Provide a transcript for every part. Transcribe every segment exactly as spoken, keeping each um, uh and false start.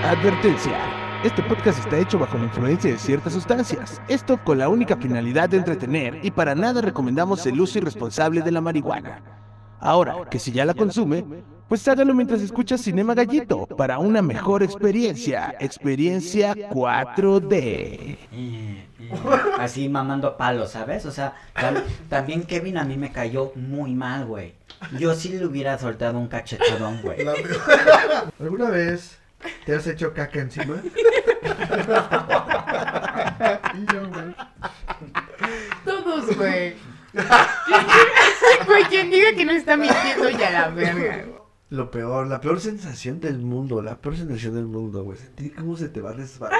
Advertencia. Este podcast está hecho bajo la influencia de ciertas sustancias. Esto con la única finalidad de entretener y para nada recomendamos el uso irresponsable de la marihuana. Ahora, que si ya la consume, pues hágalo mientras escucha Cinema Gallito para una mejor experiencia. Experiencia cuatro D. Así mamando palos, ¿sabes? O sea, tam- también Kevin a mí me cayó muy mal, güey. Yo sí le hubiera soltado un cachetadón, güey. La- ¿Alguna vez te has hecho caca encima? Y yo, güey. Todos, güey. Güey, quien diga que no está mintiendo ya la verga. Lo peor, la peor sensación del mundo, la peor sensación del mundo, güey. Sentir cómo se te va a resbalar.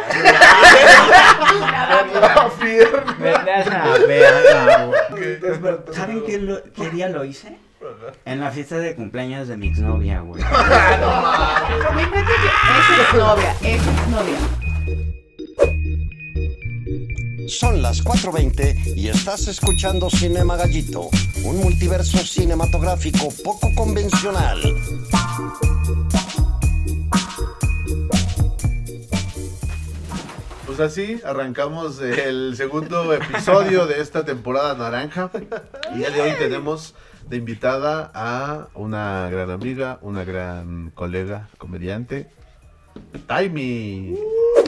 La pierna. Vete a la verga, güey. Despertó. ¿Saben qué, lo- qué día lo hice? En la fiesta de cumpleaños de mi exnovia, güey. Me encanta que es exnovia, es exnovia. Son las cuatro veinte y estás escuchando Cinema Gallito, un multiverso cinematográfico poco convencional. Pues así arrancamos el segundo episodio de esta temporada naranja. Y el día de hoy tenemos de invitada a una gran amiga, una gran colega, comediante, Taimi,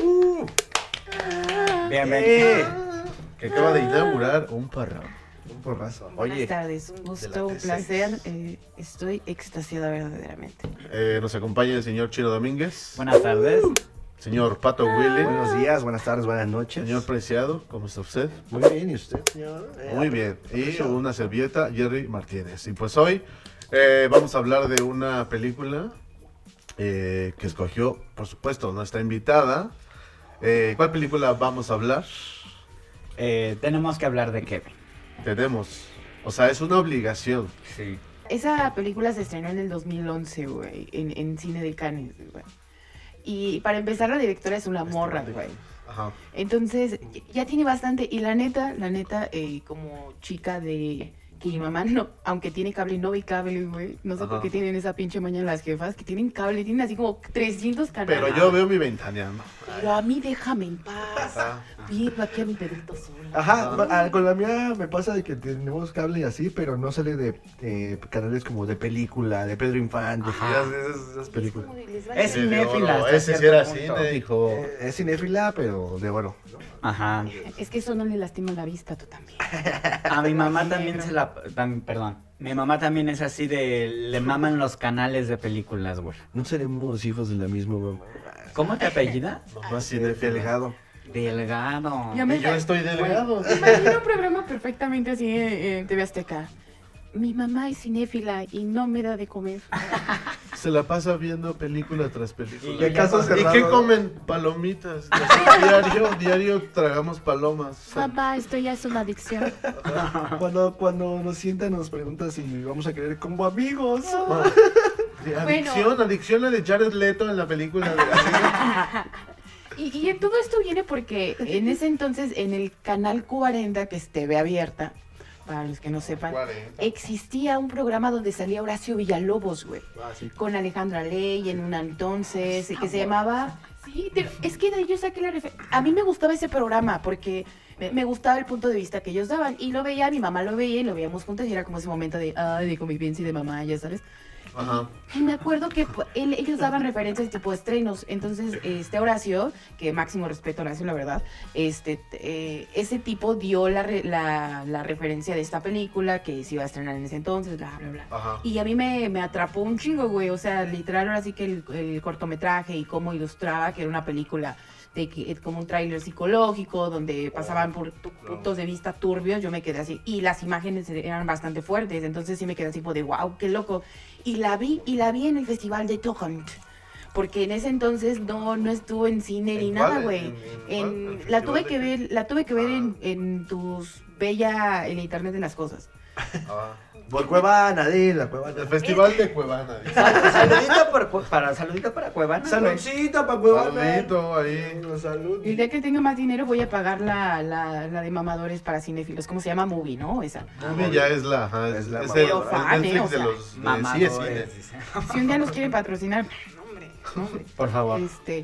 Bienvenido. que acaba de inaugurar un parrón. Un porrazo. Buenas Oye, tardes, un de la gusto, un T seis. placer. eh, estoy extasiada verdaderamente. eh, nos acompaña el señor Chino Domínguez, Buenas tardes. señor Pato Willy, Buenos días, buenas tardes, buenas noches. señor Preciado, ¿cómo está usted? Muy bien, ¿y usted, señor? Eh, Muy bien. Y una servilleta, Jerry Martínez. Y pues hoy eh, vamos a hablar de una película eh, que escogió, por supuesto, nuestra invitada. Eh, ¿Cuál película vamos a hablar? Eh, tenemos que hablar de Kevin. Tenemos, o sea, es una obligación. Sí. Esa película se estrenó en el dos mil once, güey, en, en Cine de Cannes, güey. Y para empezar, la directora es una morra, güey. Ajá. Entonces, ya- ya tiene bastante. Y la neta, la neta, eh, como chica de que mi mamá no, aunque tiene cable, no ve cable, güey. No sé Ajá. por qué tienen esa pinche maña las jefas, que tienen cable, tienen así como trescientos canales. Pero yo veo mi ventaneando. Pero a mí déjame en paz. Ajá. Viendo aquí a mi perrito solo. Ajá, ah, con la mía me pasa de que tenemos cable y así, pero no sale de eh, canales como de película, de Pedro Infante, Ajá. esas, esas- esas películas. Como de les va Es a- cinéfila hasta Ese sí cierto era punto. cine, hijo. Eh, es cinéfila, pero de bueno. Ajá. Es que eso no le lastima la vista, tú también. A mi mamá también se la... tam- perdón. Mi mamá también es así de... Le maman los canales de películas, güey. No seremos hijos de la misma mamá. ¿Cómo te apellida? Mamá cinéfila. Delgado. Delgado. Ya me- Y yo estoy delgado. Me imagino un programa perfectamente así eh, en T V Azteca. Mi mamá es cinéfila y no me da de comer. Se la pasa viendo película tras película. Y yo De caso ¿Y cerrado. qué comen? Palomitas. Así, diario, diario tragamos palomas. Papá, esto ya es una adicción. Cuando, cuando nos sientan nos pregunta si vamos a querer como amigos. De adicción, adicción a de Jared Leto en la película de Y, y todo esto viene porque en ese entonces en el canal cuarenta, que es T V abierta, para los que no sepan, cuarenta. existía un programa donde salía Horacio Villalobos, güey. Ah, sí. Con Alejandra Ley en una entonces, que se llamaba... Sí, pero es que de ahí yo saqué la referencia. A mí me gustaba ese programa porque me, me gustaba el punto de vista que ellos daban. Y lo veía, mi mamá lo veía y lo veíamos juntos y era como ese momento de, ay, de convivencia y de mamá, ya sabes. Ajá. Y me acuerdo que pu- él- ellos daban referencias tipo estrenos. Entonces, este Horacio, que máximo respeto a Horacio, la verdad, este, eh, ese tipo dio la, re- la, la referencia de esta película que se iba a estrenar en ese entonces, bla, bla, bla. Ajá. Y a mí me, me atrapó un chingo, güey. O sea, literal, ahora sí que el, el cortometraje y cómo ilustraba que era una película de que como un tráiler psicológico donde pasaban por tu- puntos de vista turbios, yo me quedé así. Y las imágenes eran bastante fuertes, entonces sí me quedé así como de wow, qué loco. Y la vi, y la vi en el Festival de Torrent. Porque en ese entonces no, no estuvo en cine ¿En ni cuál? nada, ¿En- güey. en- en En- cuál? ¿El La tuve festival que de ver, la tuve que ver Ah. en, en tus bella, en internet de las cosas. Ah. Por Cuevana, de la Cuevana. El festival de Cuevana. dice. Saludito por, Cu- para, saludito para Cuevana. güey. Saludcita para Cuevana. Saludito ahí. Salud. Y el día que tenga más dinero voy a pagar la, la, la de mamadores para cinéfilos. ¿Cómo se llama? Movie, ¿no? Esa. Movie ya es la, ajá, es, Es la es mamá. el, Yo el fan, Netflix eh, o de sea, los de sí es cine. Mamadores, dice. Si un día nos quieren patrocinar, no, hombre, no, hombre. Por favor. Este,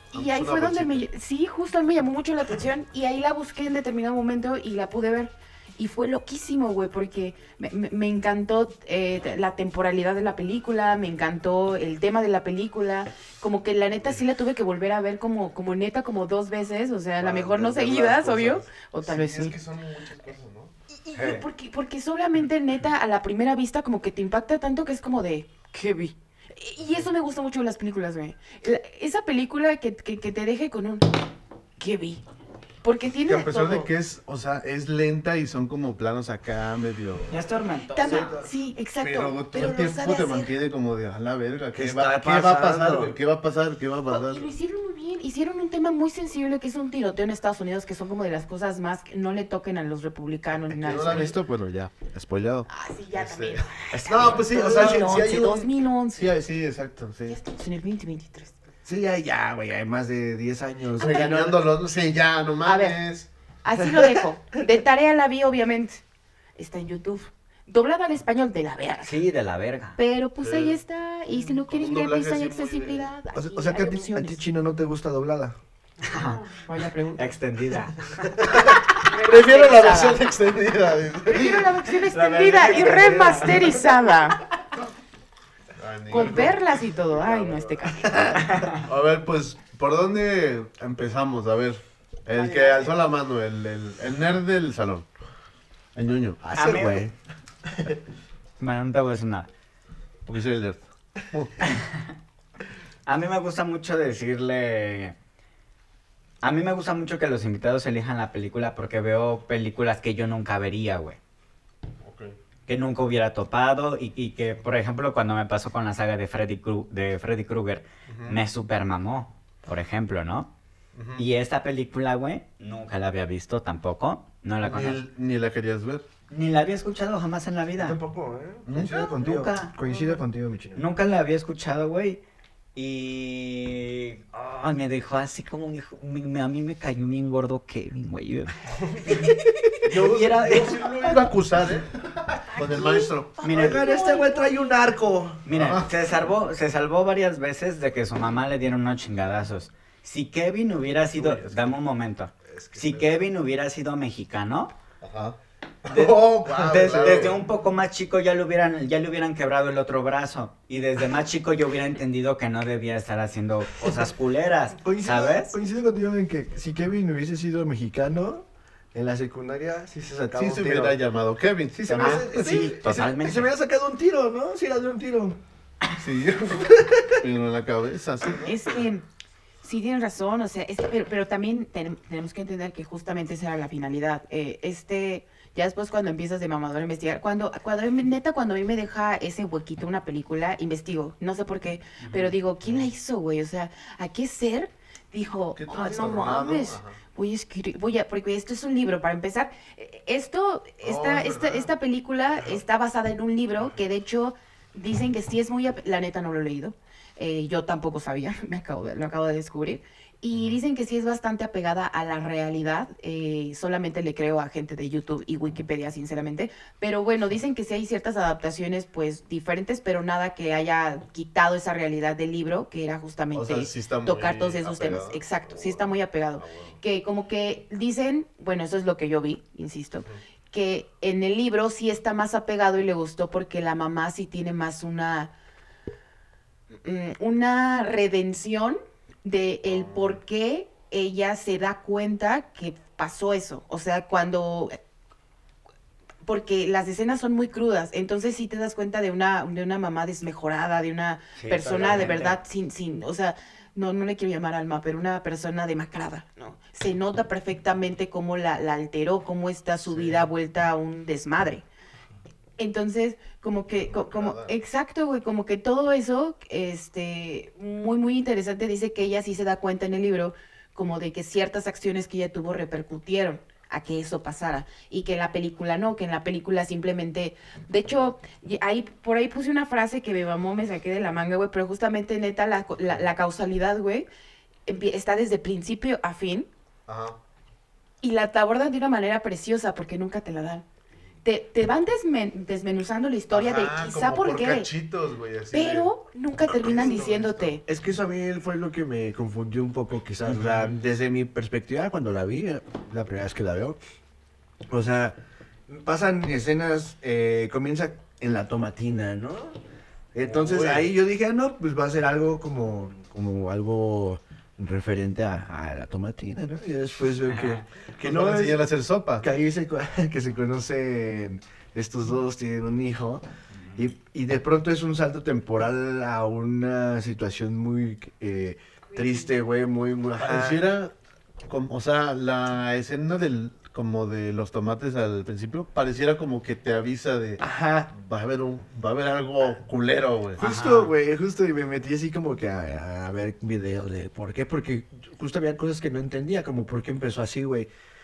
Y ahí Una fue donde me... bolsita. Sí, justo me llamó mucho la atención y ahí la busqué en determinado momento y la pude ver. Y fue loquísimo, güey, porque me, me- me encantó eh, la temporalidad de la película, me encantó el tema de la película. Como que la neta sí la tuve que volver a ver como, como neta como dos veces, o sea, a lo Para mejor no entender las seguidas, cosas. obvio. O tal vez Es sí. que son muchas cosas, ¿no? Y- y- porque, porque solamente neta a la primera vista como que te impacta tanto que es como de, ¿qué vi? Y y eso me gusta mucho de las películas, güey. La- Esa película que, que, que te deje con un, ¿qué vi? Porque tiene Que a de pesar de todo. que es, o sea, es lenta y son como planos acá medio... Ya es tormentoso. También- sí, exacto. Pero todo Pero el lo tiempo sabe te hacer. mantiene como de a la verga. ¿Qué, ¿Qué va, está ¿qué va a pasar, pasando? güey? ¿Qué va a pasar? ¿Qué va a pasar? Y lo hicieron muy bien. Hicieron un tema muy sensible que es un tiroteo en Estados Unidos, que son como de las cosas más que no le toquen a los republicanos ni Que nada. no la he visto, pero ya, spoileado. Ah, sí, ya Este, también. No, pues sí, o sea, sí, sí hay un... dos mil once. Sí, sí, exacto, Ya sí. estamos en el veinte veintitrés. Sí, ya, ya, güey, hay más de diez años. Regañándolos, no sé, ya, no A ver. mames. Así lo dejo. De tarea la vi, obviamente. Está en YouTube. Doblada al español de la verga. Sí, de la verga. Pero pues Sí. ahí está. Y si no Con quieren un ver doblaje visa y así muy de- accesibilidad. O sea, aquí o sea que hay a ti, a opciones. ti, Chino, no te gusta doblada. Vaya pregunta. Extendida. Prefiero la versión extendida. dice. Prefiero la versión La extendida versión y extendida. remasterizada. Ay, ni Con loco. perlas y todo. Ay, no, este caso. A ver, pues, ¿por dónde empezamos? A ver, el que alzó la mano, el, el, el nerd del salón. El ñoño. A Ese mí- güey. Bueno, no te voy a decir nada. Porque soy el nerd. A mí me gusta mucho decirle... A mí me gusta mucho que los invitados elijan la película porque veo películas que yo nunca vería, güey. Que nunca hubiera topado y, y que, por ejemplo, cuando me pasó con la saga de Freddy, Kru- de Freddy Krueger, me super mamó, por ejemplo, ¿no? Y esta película, güey, nunca la había visto tampoco, no la conozco. Ni, ni la querías ver. Ni la había escuchado jamás en la vida. Tampoco, ¿eh? Nunca, Coincido contigo. nunca. Coincido contigo, mi Chino. Nunca la había escuchado, güey. Y ay, me dejó así como un hijo- me- a mí me cayó bien gordo Kevin, güey. Yo, Hubiera- yo sí lo iba a acusar, ¿eh? Con el maestro. Miren, Oigan, este güey trae un arco. miren, Ah. se salvó, se salvó varias veces de que su mamá le diera unos chingadazos. Si Kevin hubiera sido, Uy, es que- dame un momento. Es que Si se- Kevin hubiera sido mexicano, Ajá. de- Oh, guau, des- claro. desde un poco más chico ya le hubieran, ya le hubieran quebrado el otro brazo. Y desde más chico yo hubiera entendido que no debía estar haciendo cosas culeras, Coincido, ¿sabes? coincido contigo en que si Kevin hubiese sido mexicano, en la secundaria sí se sacaba Sí un se tiro. hubiera llamado Kevin. Sí, se también. hubiese- sí, sí, y se- totalmente. Y se hubiera sacado un tiro, ¿no? Sí, era de un tiro. Sí. Pero en la cabeza, sí. Es que sí tienen razón, o sea, es que- pero, pero también ten- tenemos que entender que justamente esa era la finalidad. Eh, este, ya después cuando empiezas de mamador a investigar, cuando, cuando a mí- neta, cuando a mí me deja ese huequito una película, investigo, no sé por qué, pero digo, ¿quién la hizo, güey? O sea, ¿a qué ser dijo, ¿Qué oh, no trastornado? mames, Ajá. voy a escribir, voy a, porque esto es un libro, para empezar, eh, esto, esta, Oh, es esta, verdad. esta película está basada en un libro que de hecho dicen que sí es muy, ap- la neta no lo he leído, eh, yo tampoco sabía, me acabo de, lo acabo de descubrir. Y dicen que sí es bastante apegada a la realidad. eh, solamente le creo a gente de YouTube y Wikipedia, sinceramente. Pero bueno, dicen que sí hay ciertas adaptaciones, pues, diferentes, pero nada que haya quitado esa realidad del libro, que era justamente O sea, sí está muy tocar todos esos apegado. temas. Exacto, sí está muy apegado. Ah, bueno. Que como que dicen, bueno, eso es lo que yo vi, insisto, que en el libro sí está más apegado y le gustó porque la mamá sí tiene más una mm, una redención de el por qué ella se da cuenta que pasó eso. O sea, cuando porque las escenas son muy crudas, entonces sí te das cuenta de una de una mamá desmejorada, de una Sí, persona de totalmente. verdad sin sin, o sea, no, no le quiero llamar alma, pero una persona demacrada, ¿no? Se nota perfectamente cómo la, la alteró, cómo está su Sí. vida vuelta a un desmadre. Entonces, como que, co- como, Nada. exacto, güey, como que todo eso, este, muy, muy interesante, dice que ella sí se da cuenta en el libro, como de que ciertas acciones que ella tuvo repercutieron a que eso pasara, y que en la película no, que en la película simplemente, de hecho, y ahí, por ahí puse una frase que me mamó, me saqué de la manga, güey, pero justamente, neta, la, co- la, la causalidad, güey, empie- está desde principio a fin, Ajá. y la te abordan de una manera preciosa, porque nunca te la dan. te, te van desmen, desmenuzando la historia Ajá, de quizá como por qué. cachitos, güey, así Pero nunca terminan diciéndote. Es que eso a mí fue lo que me confundió un poco, quizás, o sea, desde mi perspectiva, cuando la vi, la primera vez que la veo, o sea, pasan escenas, eh, comienza en la tomatina, ¿no? Entonces Uy. ahí yo dije, ah, no, pues va a ser algo como, como algo referente a, a la tomatina, ¿no? Y después veo que, que que no no es, enseñar a hacer sopa. que ahí se, co- que se conocen estos dos, tienen un hijo, y, y de pronto es un salto temporal a una situación muy eh, triste, güey, muy, muy... ajá. Pareciera, como, o sea, la escena del, como de los tomates al principio, pareciera como que te avisa de, Ajá. va a haber un, va a haber algo culero, güey. Justo, güey, justo, y me metí así como que a, a ver videos de por qué, porque justo había cosas que no entendía, como por qué empezó así, güey.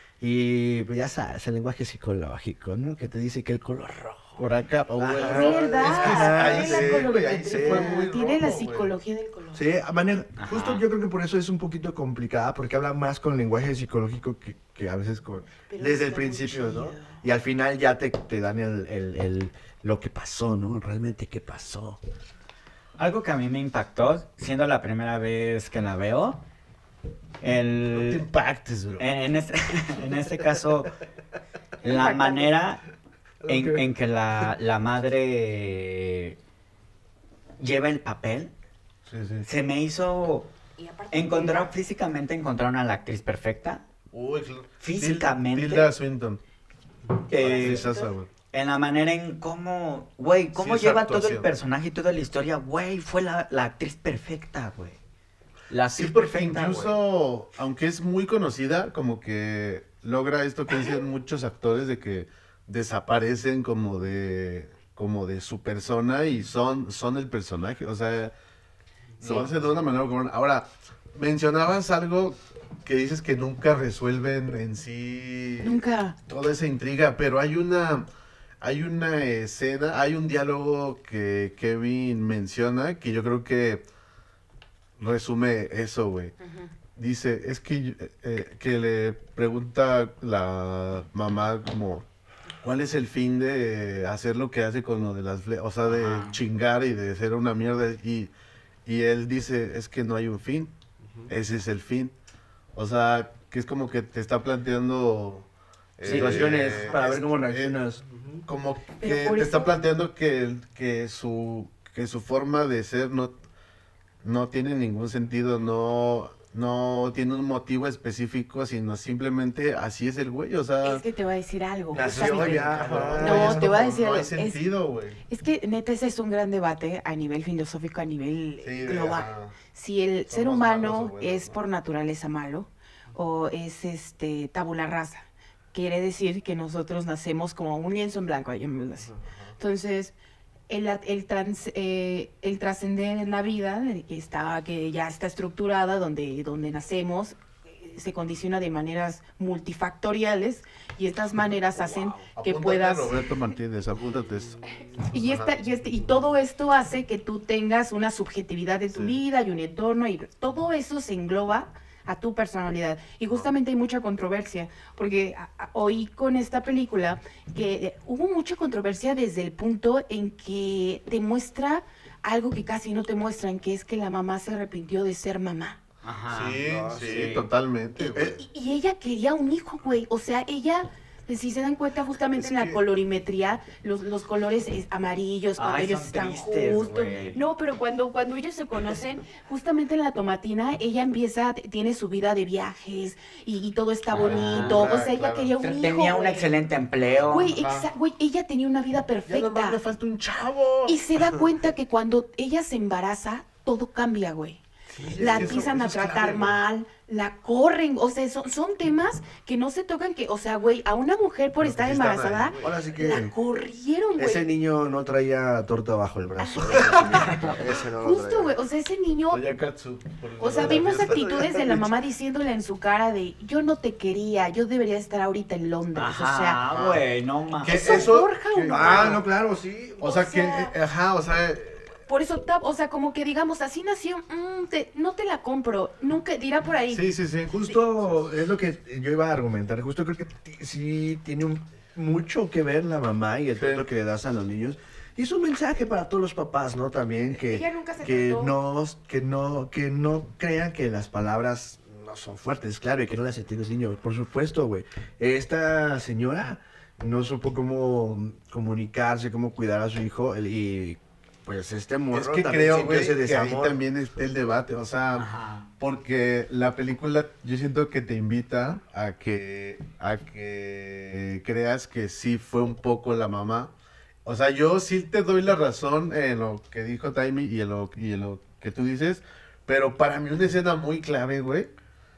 Y pues ya sabes, el lenguaje psicológico, ¿no? Que te dice que el color rojo por acá, o güey, Es no, verdad, es que tiene ahí la se- colorimetría, ahí se fue muy tiene rojo, la güey. psicología del color. Sí, a manera- Ajá. justo yo creo que por eso es un poquito complicada, porque habla más con lenguaje psicológico que, que a veces con... Pero desde el está muy principio, ¿no? chido. Y al final ya te, te dan el, el, el- lo que pasó, ¿no? Realmente qué pasó. Algo que a mí me impactó, siendo la primera vez que la veo, No te el, impactes, bro. en, en este, en este caso, la Impactante. manera en, Ok. en que la, la madre lleva el papel, Sí, sí. se me hizo Y aparte- encontrar físicamente, encontraron a la actriz perfecta. Uy, claro. Físicamente. Til- Tilda Swinton. Eh, Preciosa, güey. En la manera en cómo, güey, cómo Sí, esa lleva todo el actuación. personaje y toda la historia, güey, fue la, la actriz perfecta, güey. La Sí, actriz porque perfecta, güey. incluso, aunque es muy conocida, como que logra esto que dicen muchos actores de que desaparecen como de como de su persona y son son el personaje, o sea, lo hace de una manera como ahora mencionabas algo que dices que nunca resuelven en sí Nunca. toda esa intriga, pero hay una hay una escena, hay un diálogo que Kevin menciona que yo creo que resume eso, güey. Dice, es que, eh, que le pregunta la mamá como, ¿cuál es el fin de hacer lo que hace con lo de las fle o sea, de Ajá. chingar y de ser una mierda? Y, y él dice, es que no hay un fin, ese es el fin. O sea, que es como que te está planteando... eh, Situaciones para es- ver cómo eh, reaccionas. como Pero que por te está eso- planteando que, el- que su que su forma de ser no, no tiene ningún sentido, no, no tiene un motivo específico, sino simplemente así es el güey, o sea... Es que te voy a decir algo. Nació justamente. ya, cabrón, No, es te voy a como, decir No hay algo, es- sentido, güey. Es que neta ese es un gran debate a nivel filosófico, a nivel Sí, de- global. ajá. Si el Somos ser malos humano o buenos, es ¿no? por naturaleza malo o es este tabula rasa, quiere decir que nosotros nacemos como un lienzo en blanco, llamémoslo así. Entonces, el, el, trans, eh, el trascender en la vida, de que, está, que ya está estructurada, donde, donde nacemos, eh, se condiciona de maneras multifactoriales y estas maneras hacen que Apúntate, puedas... Roberto Martínez, apúntate esto. Y, esta, y, este, y todo esto hace que tú tengas una subjetividad de tu Sí. vida y un entorno y todo eso se engloba a tu personalidad. Y justamente hay mucha controversia, porque a- a- oí con esta película que eh, hubo mucha controversia desde el punto en que te muestra algo que casi no te muestran, que es que la mamá se arrepintió de ser mamá. Ajá. Sí, no, sí, totalmente, güey. Y, y ella quería un hijo, güey. O sea, ella, si se dan cuenta justamente Es en la que- colorimetría, los, los colores es- amarillos, cuando Ay, ellos son están tristes, justos. güey. No, pero cuando, cuando ellos se conocen, justamente en la tomatina, ella empieza, tiene su vida de viajes y, y todo está Ah, bonito. o sea, ella claro. quería un hijo. Tenía un güey. excelente empleo. Güey, Ajá. exa- güey, ella tenía una vida Ya perfecta. nomás le falta un chavo. Y se da cuenta que cuando ella se embaraza, todo cambia, güey. La eso- empiezan a eso es tratar clave, güey. mal, la corren, o sea, son, son temas que no se tocan, que, o sea, güey, a una mujer por Pero estar que sí están embarazada, ahí, güey. Ahora sí que la corrieron, güey. ese niño no traía torta bajo el brazo. Ese no lo Justo, traía. güey, o sea, ese niño, Soy Akatsu, por o sea, la vimos fiesta. actitudes de la mamá diciéndole en su cara de, yo no te quería, yo debería estar ahorita en Londres, o sea, Ajá, güey, no mames. ¿Qué? eso, eso- forja que- un- Ah, no, claro, sí. O sea, o que, sea- eh, ajá, o sea, por eso, ta- o sea, como que digamos, así nació, mm, te- no te la compro, nunca, dirá por ahí. sí, sí, sí. Justo es lo que yo iba a argumentar. Justo creo que ti- sí tiene un, mucho que ver la mamá y el Sí. trato que le das a los niños. Y es un mensaje para todos los papás, ¿no? También que, Ella nunca se que, trató. no, que, no, que no crean que las palabras no son fuertes, claro, y que no las entiende el niño. Por supuesto, güey. Esta señora no supo cómo comunicarse, cómo cuidar a su hijo el- y pues este morro Es que también creo, sintió güey, ese que ahí desamor. también está el debate, o sea, Ajá. porque la película yo siento que te invita a que a que creas que sí fue un poco la mamá. O sea, yo sí te doy la razón en lo que dijo Taimi y en lo, y en lo que tú dices, pero para mí una escena muy clave, güey,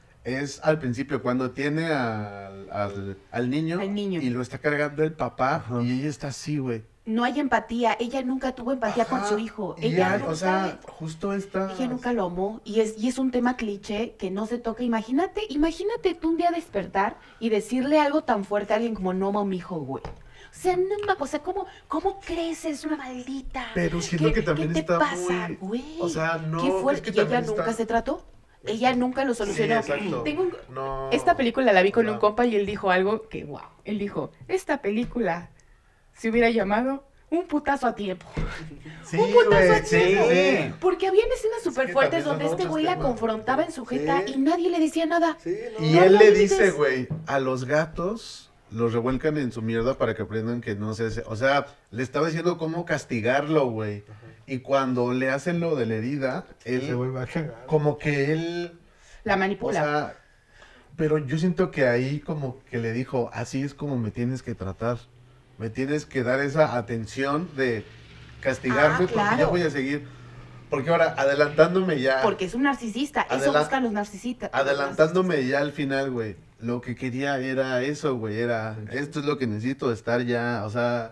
es al principio, cuando tiene al, al, al niño, Al niño. y lo está cargando el papá Ajá. y ella está así, güey. No hay empatía. Ella nunca tuvo empatía con Ajá, su hijo. y Ella ya, nunca, o sea, justo esta... ella nunca lo amó. Y es, y es un tema cliché que no se toca. Imagínate, imagínate tú un día despertar y decirle algo tan fuerte a alguien como no amo a mi hijo, güey. O sea, no, ma- o sea, ¿cómo, ¿cómo crees? Es una maldita. Pero siento ¿Qué- que también ¿Qué te está pasa, muy- güey? o sea, no, ¿Qué fue? es que ¿Y ella también nunca está- se trató? Ella nunca lo solucionó. Sí, exacto. Tengo un- No. Esta película la vi con No. un compa y él dijo algo que, wow. Él dijo, esta película se hubiera llamado Un putazo a tiempo. Sí, Un putazo güey, a sí, tiempo. sí. Porque habían escenas súper que fuertes también son donde este muchos güey la temas. confrontaba en su jeta Sí. y nadie le decía nada. Sí, no. Y No él había le dice, límites. güey, a los gatos los revuelcan en su mierda para que aprendan que no se... O sea, le estaba diciendo cómo castigarlo, güey. Y cuando le hacen lo de la herida, él... Se vuelve a cagar. Como que él... La O manipula. sea, pero yo siento que ahí como que le dijo, así es como me tienes que tratar. Me tienes que dar esa atención de castigarme Ah, porque claro. yo voy a seguir. Porque ahora, adelantándome ya... Porque es un narcisista. Eso Adela- buscan los narcisistas. Adelantándome ya al final, güey. Lo que quería era eso, güey. Era, esto es lo que necesito, estar ya, o sea,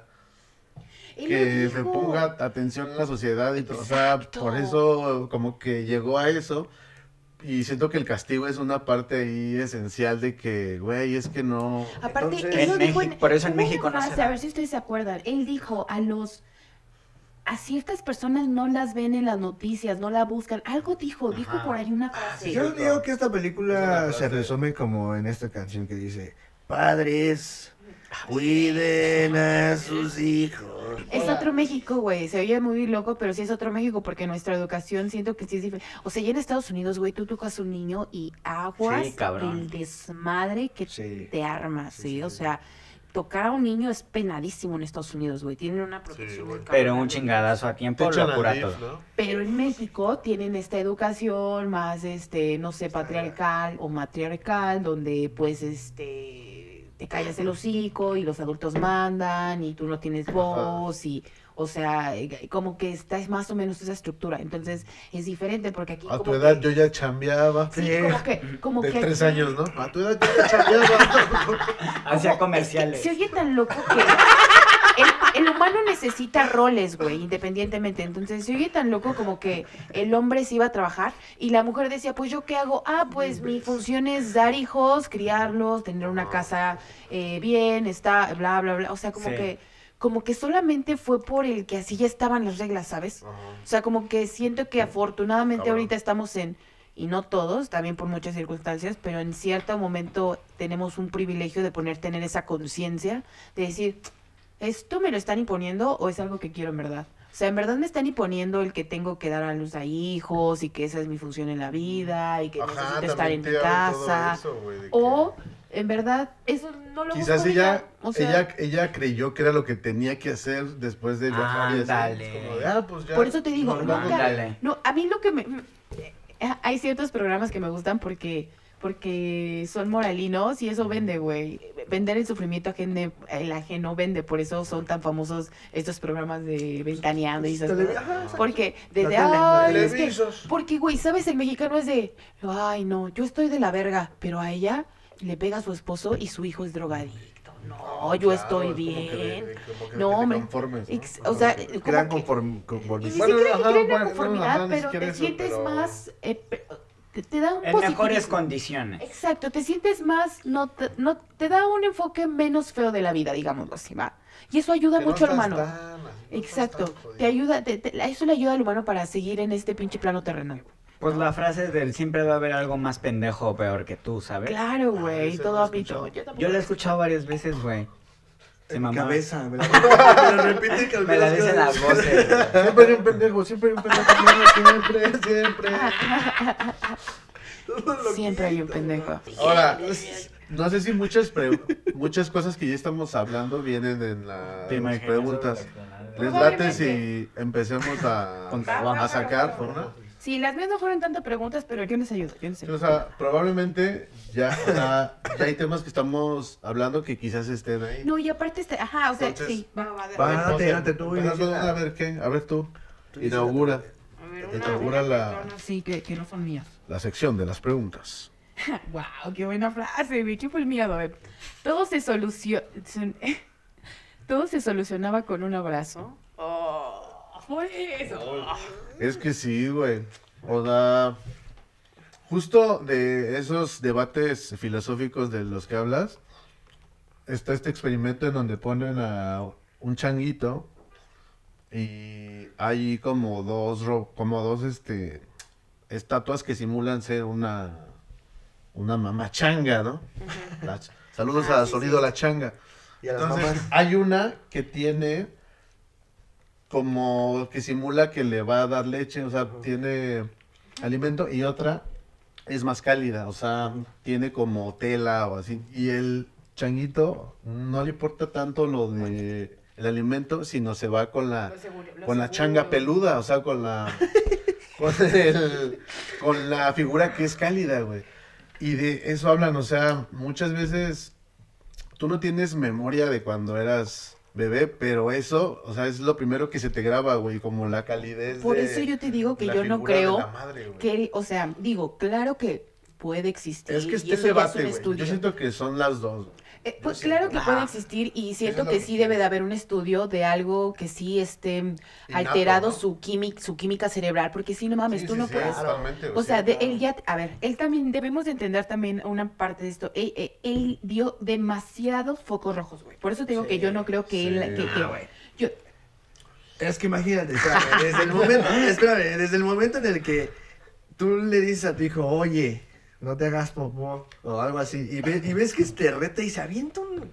Él que le me dijo. ponga atención en la sociedad y todo. O sea, Exacto. por eso como que llegó a eso. Y siento que el castigo es una parte ahí esencial de que, güey, es que no... Aparte, Entonces- él lo En dijo México- por eso en hubo una México no se frase, da. a ver si ustedes se acuerdan. Él dijo a los a ciertas personas no las ven en las noticias, no la buscan. Algo dijo, dijo Ajá. por ahí una frase. Yo digo que esta Es película una se frase. resume como en esta canción que dice, padres, cuiden a sus hijos. Es otro México, güey. Se oye muy loco, pero sí es otro México porque nuestra educación siento que sí es diferente. O sea, ya en Estados Unidos, güey, tú tocas a un niño y aguas Sí, cabrón. el desmadre que Sí. te armas, Sí, ¿sí? sí, O sí. sea, tocar a un niño es penadísimo en Estados Unidos, güey. Tienen una protección muy Pero cabrona. un chingadazo a Te tiempo lo echan al cura D I F, todo. ¿no? Pero en México tienen esta educación más, este, no sé, patriarcal o matriarcal, donde pues, este, te callas el hocico y los adultos mandan y tú no tienes voz y, o sea, eh, como que está es más o menos esa estructura. Entonces es diferente porque aquí A tu como edad que- yo ya chambeaba. sí, como que, como De que tres aquí- años, ¿no? A tu edad yo ya chambeaba. Hacía como- comerciales. es que se oye tan loco que el, el humano necesita roles, güey, independientemente. Entonces se oye tan loco como que el hombre se iba a trabajar y la mujer decía, pues yo qué hago. Ah, pues mi función es dar hijos, criarlos, tener una casa eh, bien, está, bla, bla, bla. O sea, como Sí. que, como que solamente fue por el que así ya estaban las reglas, ¿sabes? O sea, como que siento que afortunadamente Cabrón. ahorita estamos en, y no todos, también por muchas circunstancias, pero en cierto momento tenemos un privilegio de poner, tener esa conciencia, de decir, ¿esto me lo están imponiendo o es algo que quiero en verdad? O sea, en verdad me están imponiendo el que tengo que dar a luz a hijos y que esa es mi función en la vida y que Ajá, necesito estar en mi también te hablan todo casa. eso, güey, de que- O, en verdad, eso no lo Quizás busco ella, O sea, ella, ella creyó que era lo que tenía que hacer después de viajar y así. Ándale. Como de, ah, pues ya. por eso te digo, nos nunca- vamos. Ándale. no, a mí lo que me... me- eh, hay ciertos programas que me gustan porque porque son moralinos y eso vende, güey. Vender el sufrimiento ajeno, el ajeno vende, por eso son tan famosos estos programas de ventaneando y esas Tele- cosas. ajá, Porque desde, La tele- ay, es que, televisos. porque, güey, ¿sabes? El mexicano es de, ay, no, yo estoy de la verga, pero a ella le pega a su esposo y su hijo es drogadicto. No, yo Claro, estoy es como que bien. de- como que No, te hombre. conformes, ¿no? Ex- o sea, Gran como que- conform, y conformismo. ni Bueno, siquiera ajá, creen en bueno, la conformidad, ajá, ni pero siquiera te eso, sientes pero- más, eh, pe- te, te da un En positivismo. mejores condiciones. Exacto, te sientes más, no te, no, te da un enfoque menos feo de la vida, digámoslo así, va. Y eso ayuda Que no mucho al estás humano. tan- no estás Exacto, tan jodido. te ayuda, te- te- eso le ayuda al humano para seguir en este pinche plano terrenal. Pues la frase del siempre va a haber algo más pendejo o peor que tú, ¿sabes? Claro, güey, ese todo lo he ámbito. escuchado. Yo tampoco- Yo lo he escuchado varias veces, güey. Se en mi mamó. cabeza. Me lo, me lo repite que Me la dicen las voces. Siempre hay un pendejo, siempre hay un pendejo. Siempre, siempre. Siempre hay un pendejo. Ahora, no sé si muchas pre- muchas cosas que ya estamos hablando vienen en las preguntas. ¿Les late si empecemos a, a sacar? ¿No? Sí, las mías no fueron tanto preguntas, pero yo les ayudo, yo les Sí, ayudo. o sea, probablemente ya, o sea, ya hay temas que estamos hablando que quizás estén ahí. No, y aparte, este, ajá, o sea, Entonces, sí, va, va, de- Va, No date, sé, date tú. pues, inicia. no, a ver qué, a ver tú. Inaugura A ver, inaugura la, Sí, que, que no son mías. la sección de las preguntas. Wow, qué buena frase, me chupo el miedo. A ver, todo se soluciona, todo se solucionaba con un abrazo. Oh, fue eso. Es que sí, güey. O sea, justo de esos debates filosóficos de los que hablas, está este experimento en donde ponen a un changuito y hay como dos, ro- como dos, este, estatuas que simulan ser una, una mamá changa, ¿no? La ch- saludos Ah, a sí, Sonido sí. La Changa. Y a las Entonces, mamás. hay una que tiene como que simula que le va a dar leche, o sea, tiene alimento, y otra es más cálida, o sea, tiene como tela o así. Y el changuito no le importa tanto lo de el alimento, sino se va con la Lo seguro, lo con la seguro. changa peluda, o sea, con la con el con la figura que es cálida, güey. Y de eso hablan, o sea, muchas veces tú no tienes memoria de cuando eras bebé, pero eso, o sea, es lo primero que se te graba, güey, como la calidez Por de eso yo te digo que la yo no figura de creo la madre, güey. que, o sea, digo, claro que puede existir. Es que y este eso ya es debate, un güey, estudio. yo siento que son las dos. Eh, pues siento- claro que puede existir y siento lo que que sí quiero. debe de haber un estudio de algo que sí esté Innato, alterado ¿no? su química, su química cerebral, porque si no mames, Sí, tú sí, no sí, puedes. totalmente, güey, O sea, sí, de, claro. él ya, a ver, él también, debemos de entender también una parte de esto. Él, él- él dio demasiados focos rojos, güey. Por eso te digo que yo no creo que sí. él, que, que- Ah, güey. yo, Es que imagínate, espérame, desde el momento, espérame, desde el momento en el que tú le dices a tu hijo, oye, no te hagas popó, o algo así, y, ve- y ves que te reta y se avienta un,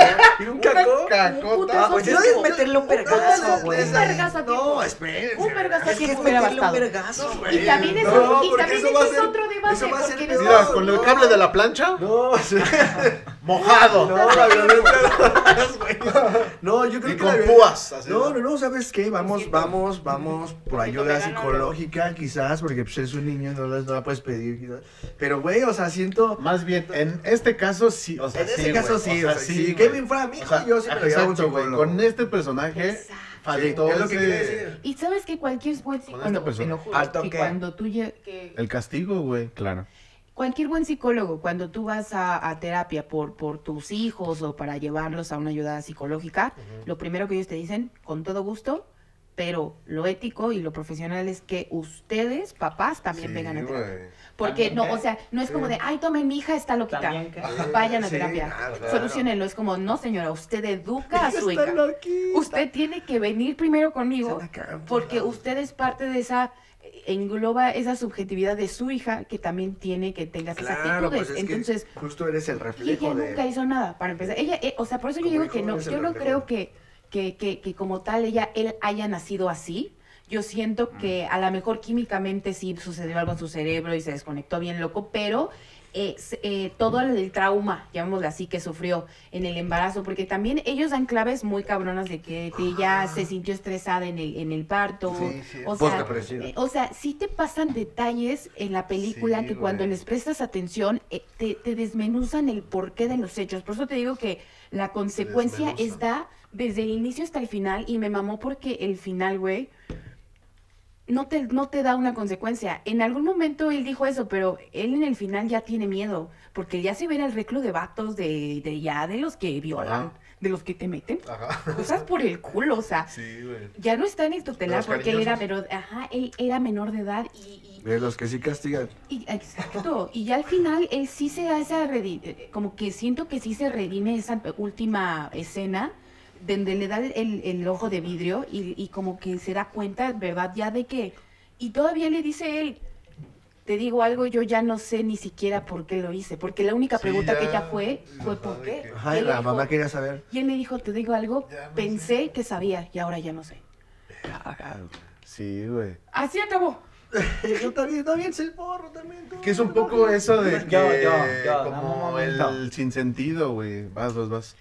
y un cacó. Cacota. Ah, pues Yo es es que- meterle un vergazo, no, güey. es- Un vergazo a tiempo. No, espérense. un vergazo Es aquí que es me hubiera meterle un bastado. vergazo, güey. Y también eso, No, y porque también eso va a ese es ser- otro debate, eso va a ser porque peor. después- Mira, con el cable de la plancha, No, o sea, mojado. no, la violencia no es, güey. No, yo creo Y que con la violencia- púas, así, No, ¿no? no, no, ¿sabes qué? Vamos, vamos, vamos por ayuda vegano, psicológica, quizás, porque pues eres un niño y no, la- no la puedes pedir, quizás. Pero, güey, o sea, siento... Más bien, en este caso sí, o sea, En ese sí, caso güey, sí, o sea, si güey. Kevin fuera mi hijo, O sea, yo sí me llevaba un exacto, güey, psicólogo. con este personaje Exacto. faltó Sí, es lo que ese- quería decir. Y sabes que cualquier buen esta psicólogo, te persona. lo juro, Al que toque. cuando tú lle- que el castigo, güey, claro. cualquier buen psicólogo, cuando tú vas a, a terapia por, por tus hijos o para llevarlos a una ayuda psicológica, lo primero que ellos te dicen, con todo gusto, pero lo ético y lo profesional es que ustedes, papás, también Sí, vengan a terapia. güey. Porque ¿También no, qué? o sea, no es como de, ay, tomen, mi hija está loquita. ¿También qué? Vayan a Sí, terapia. claro, claro. Solucionenlo. Es como, no, señora, usted educa a su Está hija. loquita. Usted tiene que venir primero conmigo Se la cagan por porque lados. usted es parte de esa, engloba esa subjetividad de su hija que también tiene que tenga esas Claro, actitudes. pues es Entonces, que justo eres el y reflejo ella de... nunca hizo nada, para empezar. Ella, eh, o sea, por eso yo Como digo hijo, que no, eres el yo no reflejo. creo que, que, que, que como tal ella, él haya nacido así. Yo siento que a lo mejor químicamente sí sucedió algo en su cerebro y se desconectó bien loco, pero eh, s- eh, todo el trauma, llamémoslo así, que sufrió en el embarazo, porque también ellos dan claves muy cabronas de que ella se sintió estresada en el, en el parto. Sí, sí, o, sea, postdepresión. eh, o sea, sí te pasan detalles en la película Sí, que cuando güey. les prestas atención eh, te, te desmenuzan el porqué de los hechos. Por eso te digo que la consecuencia Desmenuzan. está desde el inicio hasta el final y me mamó porque el final, güey, no te, no te da una consecuencia. En algún momento él dijo eso, pero él en el final ya tiene miedo, porque ya se ve el reclo de vatos de, de ya de los que violan, Ajá. de los que te meten Ajá. cosas por el culo, o sea, Sí, güey. ya no está en el tutelar Los porque él era cariñosos. menor, ajá, él era menor de edad y, y- De los que sí castigan. y- exacto, y ya al final él sí se da esa redi- eh, como que siento que sí se redime esa última escena donde le da el, el ojo de vidrio y, y como que se da cuenta, ¿verdad? Ya de que, y todavía le dice él, te digo algo, yo ya no sé ni siquiera por qué lo hice, porque la única Sí, pregunta ya, que ella fue, fue ya ¿por sabe qué? que- Ajá, y Él la dijo- mamá quería saber. Y él me dijo, te digo algo, Ya no pensé que sabía y ahora ya no sé. Sí, güey. Así acabó. Yo también, también sé el porro también. tú. Que es un poco eso de que Yo, yo, yo, dame un como momento. el sinsentido, güey. Vas, vas, vas.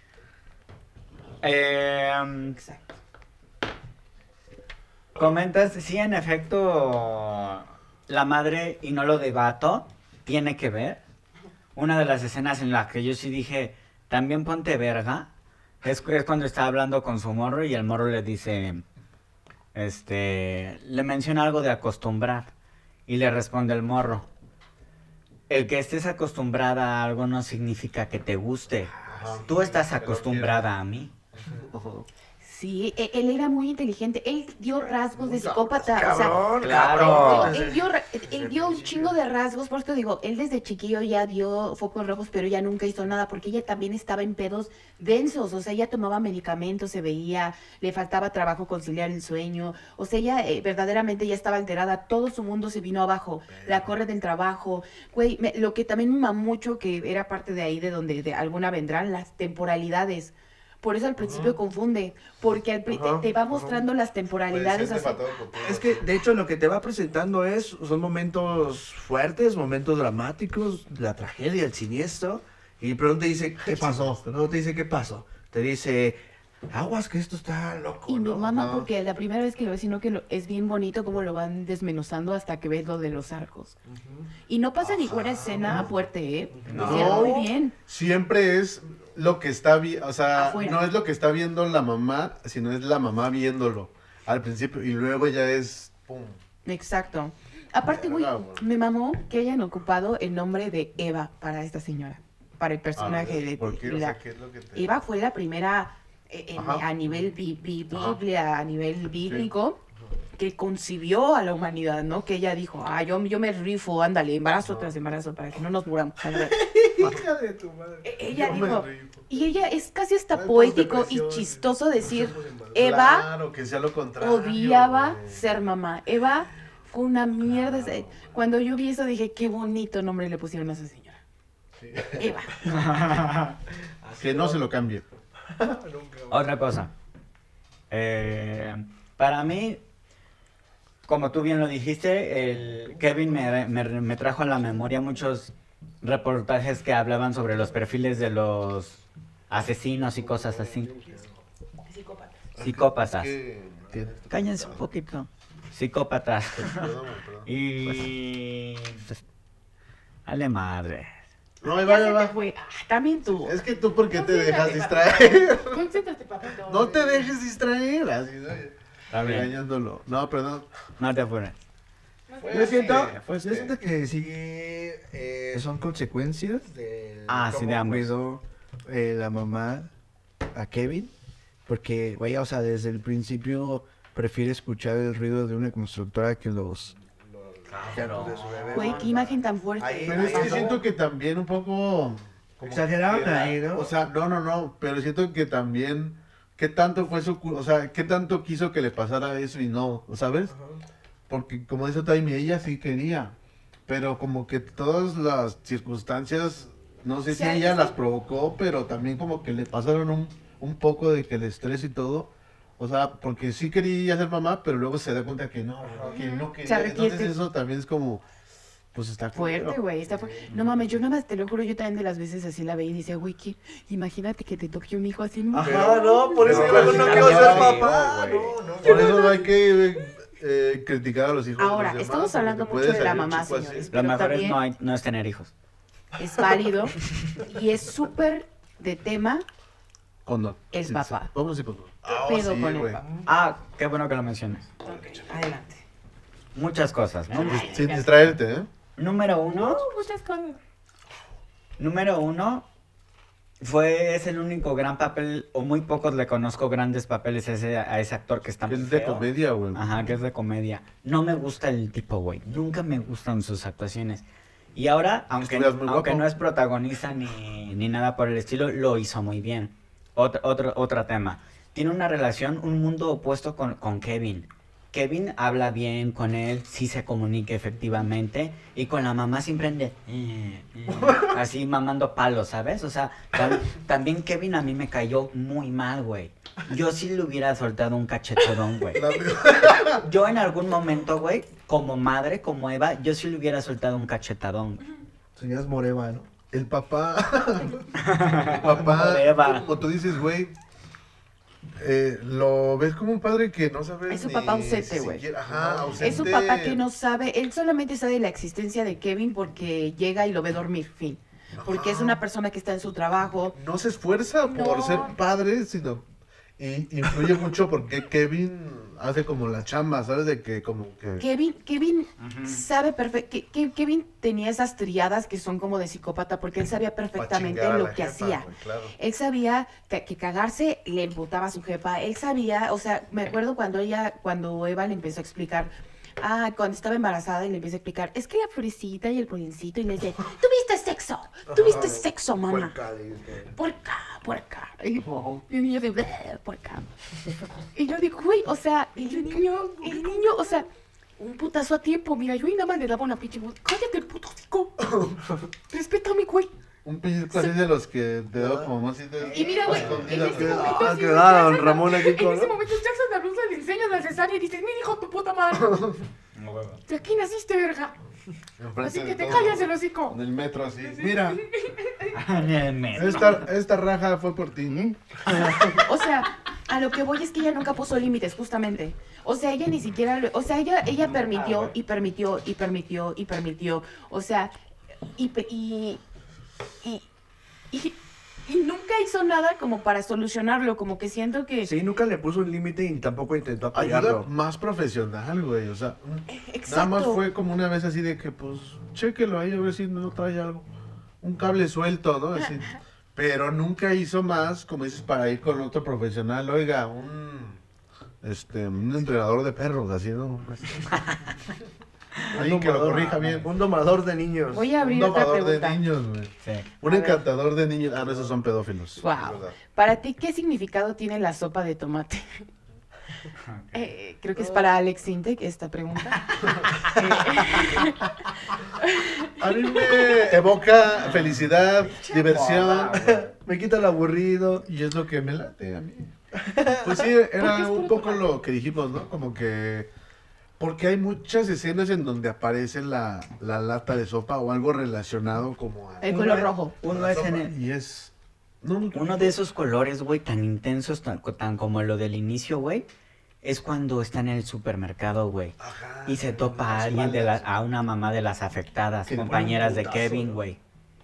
Eh, Exacto. comentas, sí, en efecto, la madre, y no lo debato, tiene que ver. Una de las escenas en las que yo sí dije, también ponte verga, es, es cuando está hablando con su morro y el morro le dice, este, le menciona algo de acostumbrar y le responde el morro, el que estés acostumbrada a algo no significa que te guste, tú estás acostumbrada a mí. Sí, e- él era muy inteligente. Él dio rasgos de psicópata. O sea, Cabrón, claro. cabrón. Él, él dio, ra- él dio un chingo de rasgos, por eso digo, él desde chiquillo ya dio focos rojos, pero ella nunca hizo nada, porque ella también estaba en pedos densos, o sea, ella tomaba medicamentos, se veía, le faltaba trabajo conciliar el sueño, o sea, ella eh, verdaderamente ya estaba alterada, todo su mundo se vino abajo, la corre del trabajo, güey, me- lo que también me mamó mucho, que era parte de ahí, de donde de alguna vendrán, las temporalidades. Por eso al principio confunde, porque al pri- te, Ajá, te va ajá. mostrando las temporalidades. Presente así. para todo futuro. Es que, de hecho, lo que te va presentando es, son momentos fuertes, momentos dramáticos, la tragedia, el siniestro, y pronto te dice, ¿qué pasó? Luego te dice, ¿qué pasó? Te dice, aguas que esto está loco, Y mi ¿no? mamá, Ajá. porque la primera vez que lo ves, sino que lo- es bien bonito cómo lo van desmenuzando hasta que ves lo de los arcos. Y no pasa ninguna escena fuerte, ¿eh? Lo No. hicieron muy bien. Siempre es lo que está viendo, o sea, Afuera. no es lo que está viendo la mamá, sino es la mamá viéndolo al principio y luego ya es pum. Exacto. Aparte, güey, Verga, güey. me mamó que hayan ocupado el nombre de Eva para esta señora, para el A personaje ver, de ¿por qué? O la- sea, ¿qué es lo que te- Eva fue la primera eh, en- Ajá. a nivel bi- bi- Ajá. Biblia, a nivel bíblico, que concibió a la humanidad, ¿no? Que ella dijo, ah, yo, yo me rifo, ándale, embarazo tras embarazo, para que no nos muramos. ándale". Hija de tu madre. E- Ella Yo me dijo, rifo. y ella es casi hasta Ay, poético y depresión. chistoso decir, Eva Claro, que sea lo contrario. odiaba güey. ser mamá. Eva fue una mierda. ese- Cuando yo vi eso dije, qué bonito nombre le pusieron a esa señora. Eva. Que no se lo cambie. Otra cosa. Eh, para mí, como tú bien lo dijiste, el Kevin me, me- me trajo a la memoria muchos reportajes que hablaban sobre los perfiles de los asesinos y cosas así. Psicópatas. Que- que- Cállense un poquito. Psicópatas. Perdón, perdón. Y... Dale madre. No, ahí Ya va, se ahí te va. fue. Ah, también tú. Es que tú, ¿por qué te dejas Concéntrate, distraer? Concéntrate, papito. No te dejes distraer. Así, ¿no? Está bien. Regañándolo. No, perdón. No te apures. Yo siento, Fuerte, yo fuerte. siento que sí eh, son consecuencias de Ah, sí, cómo de ambos. cuidó eh, la mamá a Kevin, porque, güey, o sea, desde el principio prefiere escuchar el ruido de una constructora que los... llantos de su bebé. Güey, qué imagen tan fuerte. Ahí- Pero es que pasó. siento que también un poco... como Exageraron que- ahí, ¿no? O sea, no, no, no. Pero siento que también... ¿Qué tanto fue su... cu- O sea, ¿qué tanto quiso que le pasara eso y no? ¿Sabes? Porque como dice Taimi, ella sí quería. Pero como que todas las circunstancias... No sé si Sí, ella sí. las provocó, pero también como que le pasaron un, un poco de que el estrés y todo... O sea, porque sí quería ser mamá, pero luego se da cuenta que no, que no quería. Se arrepiente. Entonces eso también es como... Pues está Fuerte, culero. güey, está fuerte. No mames, yo nada más te lo juro, yo también de las veces así la veía y decía, güey, ¿qué? Imagínate que te toque un hijo así. ¿no? Ajá, no, por eso No, yo luego no sí, quiero no, ser sí, papá. güey. No, no. Por eso no hay que eh, criticar a los hijos. de los Ahora, demás, estamos porque hablando puede mucho de la salir un mamá, chico así. señores. Lo Pero mejor es también- no, hay- no es tener hijos. Es válido y es súper de tema Condón. el Sí, papá. sí. Vamos a condón. Ah, pedo sí, con el güey. papá. Ah, qué bueno que lo mencionas. Adelante. Muchas cosas, ¿no? Sin- Sin distraerte, ¿eh? Número uno, Muchas cosas. número uno, fue, es el único gran papel, o muy pocos le conozco grandes papeles a ese, a ese actor que está Que muy es de feo. comedia, güey. Ajá, que es de comedia. No me gusta el tipo, güey. Nunca me gustan sus actuaciones. Y ahora, aunque, Estuvieras muy aunque guapo. no es protagonista ni, ni nada por el estilo, lo hizo muy bien. Otro, otro, otro tema. Tiene una relación, un mundo opuesto con, con Kevin. Kevin habla bien con él, sí se comunica efectivamente, y con la mamá siempre ande, eh, eh, así mamando palos, ¿sabes? O sea, tam- también Kevin a mí me cayó muy mal, güey. Yo sí le hubiera soltado un cachetadón, güey. Yo en algún momento, güey, como madre, como Eva, yo sí le hubiera soltado un cachetadón. Señoras Moreva, ¿no? El papá, el papá, Eva. como tú dices, güey, eh, lo ves como un padre que no sabe Es su ni papá ausente, güey. siquiera- Ajá, ausente. Es su papá que no sabe, él solamente sabe la existencia de Kevin porque llega y lo ve dormir, fin. Porque es una persona que está en su trabajo. No se esfuerza por No. ser padre, sino... Y influye mucho porque Kevin hace como la chamba, ¿sabes? De que como que... Kevin, Kevin sabe perfecto, Kevin tenía esas triadas que son como de psicópata porque él sabía pa' perfectamente chingar a lo la que jefa, hacía. güey, claro. Él sabía que, que cagarse le emputaba a su jefa. Él sabía, o sea, me acuerdo cuando ella, cuando Eva le empezó a explicar, ah, cuando estaba embarazada y le empezó a explicar, es que la florecita y el polincito y le dice, tuviste sexo, tuviste sexo, mamá. Puerca, dice. Puerca, puerca. Y el niño de "Bleh, puerca". Y yo digo, güey, o sea, el niño, el niño, o sea, un putazo a tiempo. Mira, yo ahí nada más le daba una pinche voz. Cállate el puto hocico. Respétame, güey. Un pellizco así de los que te da como más así de... Y mira, güey, en escondida, ese güey. momento, Ah, sí, que da don Jackson- Ramón aquí En con- ese momento Jackson la blusa le enseña la cesárea y dice, mi hijo, tu puta madre. De aquí naciste, verga. Enfrente Así de que te todos, callas el hocico. En el metro así. Mira, Mira. esta, esta raja fue por ti, ¿no? O sea, a lo que voy es que ella nunca puso límites, justamente. O sea, ella ni siquiera, lo- o sea, ella, ella permitió y permitió y permitió y permitió. O sea, y, pe- y, y, y, y nunca hizo nada como para solucionarlo, como que siento que... Sí, nunca le puso un límite y tampoco intentó Ayuda apoyarlo. más profesional, güey. O sea, nada Exacto. más fue como una vez así de que, pues, chéquelo ahí a ver si no trae algo. Un cable suelto, ¿no? Así. Pero nunca hizo más, como dices, para ir con otro profesional. Oiga, un, este, un entrenador de perros, así, ¿no? Alguien que lo corrija bien. Un domador de niños. Voy a Un abrir otra domador de pregunta. niños, güey. Sí. Un A ver. encantador de niños. Ah, no, esos son pedófilos. Wow. es verdad. Para ti, ¿qué significado tiene la sopa de tomate? Eh, creo que es para Alex Sintek esta pregunta. Eh, A mí me evoca felicidad, diversión. Me quita el aburrido. Y es lo que me late a mí. Pues sí, era un poco lo que dijimos, ¿no? Como que... Porque hay muchas escenas en donde aparece la, la lata de sopa o algo relacionado como a... el color rojo. Uno es en el- Y es... No, nunca- Uno de esos colores, güey, tan intensos, tan, tan como lo del inicio, güey, es cuando está en el supermercado, güey. Ajá, Y se topa a las alguien de la, balas. a una mamá de las afectadas, Que le compañeras ponen de un putazo, Kevin, ¿no? güey.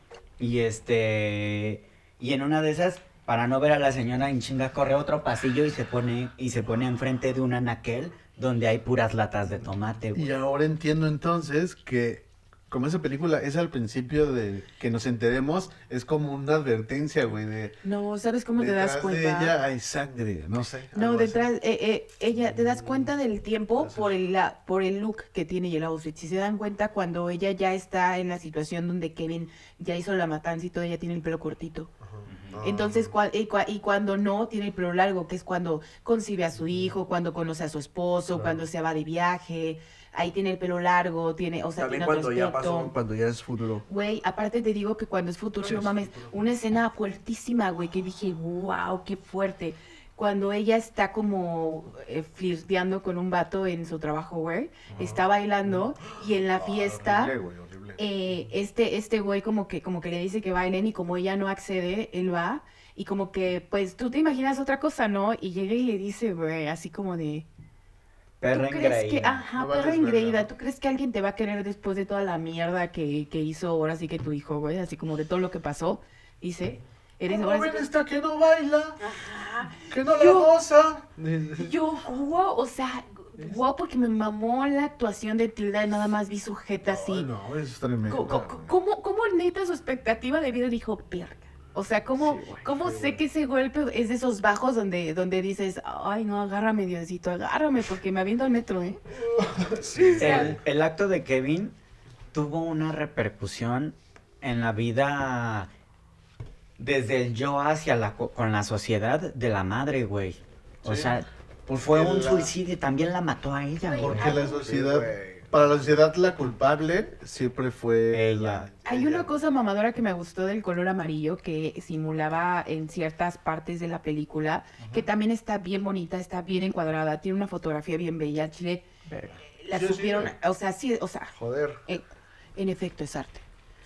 Y este, y en una de esas, para no ver a la señora en chinga, corre a otro pasillo y se pone, y se pone enfrente de un anaquel donde hay puras latas de tomate, güey. Y ahora entiendo entonces que como esa película es al principio de que nos enteremos, es como una advertencia, güey, de... No, ¿sabes cómo te das detrás cuenta? de ella hay sangre, no sé. No, algo así. detrás, eh, eh, ella, te das cuenta del tiempo por el, la- por el look que tiene y el outfit. Si se dan cuenta, cuando ella ya está en la situación donde Kevin ya hizo la matanza y todo, ella tiene el pelo cortito. Ah. Entonces, cua- y, cua- y cuando no, tiene el pelo largo, que es cuando concibe a su hijo, cuando conoce a su esposo, cuando se va de viaje, ahí tiene el pelo largo, tiene, o sea, También tiene cuando otro ya aspecto. pasó, cuando ya es futuro. Güey, aparte te digo que cuando es futuro, no mames, una escena fuertísima, güey, que dije, wow, qué fuerte. Cuando ella está como eh, flirteando con un vato en su trabajo, güey, está bailando y en la fiesta, Horrible, güey, horrible. eh, este, este güey como que, como que le dice que bailen y como ella no accede, él va y como que, pues, tú te imaginas otra cosa, ¿no? Y llega y le dice, güey, así como de... Perra ¿Tú crees que, engreída. ajá, No vales perra verga, engreída, ¿no? ¿tú crees que alguien te va a querer después de toda la mierda que, que hizo ahora sí que tu hijo, güey? Así como de todo lo que pasó, dice, eres ¿Cómo ahora ven sí esta que no baila? Que no la Yo- goza. que- Yo, wow, o sea, wow, porque me mamó la actuación de Tilda, y nada más vi su jeta así. Ay, no, eso es tremendo. Co- co- ¿Cómo, cómo neta su expectativa de vida dijo, perra? O sea, ¿cómo, cómo sé que ese golpe es de esos bajos donde, donde dices, ay, no, agárrame, Diosito, agárrame, porque me aviento al metro, ¿eh? El, el acto de Kevin tuvo una repercusión en la vida desde el yo hacia la co- con la sociedad de la madre, güey. O Sí. sea, Porque Fue un la- suicidio y también la mató a ella, güey. Porque la sociedad, güey. para la sociedad la culpable siempre fue Ella. la- Hay una cosa mamadora que me gustó del color amarillo que simulaba en ciertas partes de la película, que también está bien bonita, está bien encuadrada, tiene una fotografía bien bella. Chile la Sí, sí, supieron, güey. o sea, sí, o sea, Joder. en, en efecto es arte.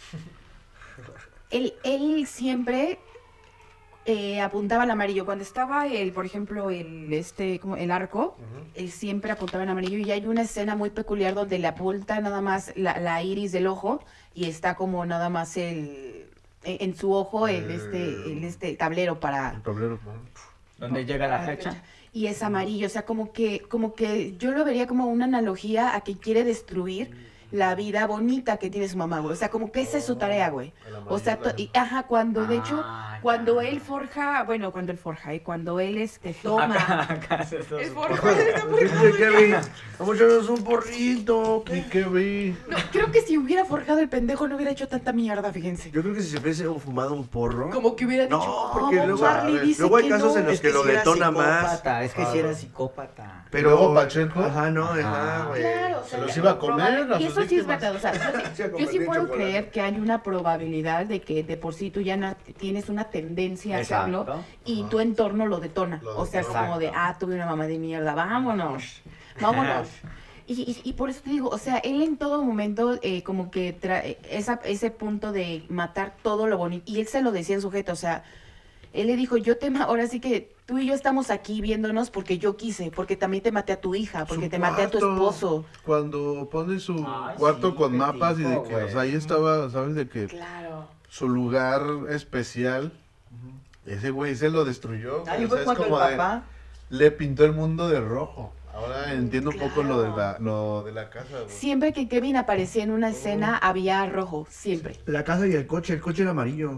Él, él siempre eh, apuntaba al amarillo. Cuando estaba el, por ejemplo, el este, como el arco, él siempre apuntaba al amarillo. Y hay una escena muy peculiar donde le apunta nada más la, la iris del ojo y está como nada más el en, en su ojo el este, el este tablero para el tablero, ¿no? ¿Dónde llega la fecha? y es amarillo, o sea, como que, como que yo lo vería como una analogía a que quiere destruir la vida bonita que tiene su mamá, güey. O sea, como que esa es su tarea, güey. O sea, to- y, ajá, cuando de hecho, Ah, cuando ya. él forja, bueno, cuando él forja, y cuando él este toma. Acá, acá se está Él su- forja, está muy Dice Kevin, vamos a echarnos un porrito. ¿Y qué vi? No, creo que si hubiera forjado el pendejo no hubiera hecho tanta mierda, fíjense. Yo creo que si se hubiese fumado un porro. Como que hubiera No, dicho, porque "Oh, luego- Marley dice luego hay que casos no". en los Es que lo sí era detona más. psicópata, Es que si era psicópata. Pero Luego Pacheco. Ajá, no, Ajá. ajá, güey. Claro, o sea, Se los ya- iba a comer probable- a Y sus eso sí es víctimas. verdad, o sea, yo sí- Sí, a yo sí convertir puedo chocolate. creer que hay una probabilidad de que de por sí tú ya na- tienes una tendencia a hacerlo Exacto. y tu entorno lo detona. Lo O sea, es detona. como de, ah, tuve una mamá de mierda, vámonos, vámonos. Y, y, y por eso te digo, o sea, él en todo momento eh, como que trae esa, ese punto de matar todo lo bonito. Y él se lo decía al sujeto, o sea, él le dijo, yo te ma- ahora sí que tú y yo estamos aquí viéndonos porque yo quise, porque también te maté a tu hija, porque Su te maté a tu cuarto, esposo. Cuando pone su Ay, cuarto sí, con qué mapas y de rico, que, güey. o sea, ahí estaba, ¿sabes? De que Claro. su lugar especial, ese güey se lo destruyó. Ahí o sea, fue es cuando el como de- papá... le pintó el mundo de rojo. Ahora entiendo un poco lo de la, Claro. lo de la casa, güey. Siempre que Kevin aparecía en una escena había rojo, siempre. La casa y el coche, el coche era amarillo.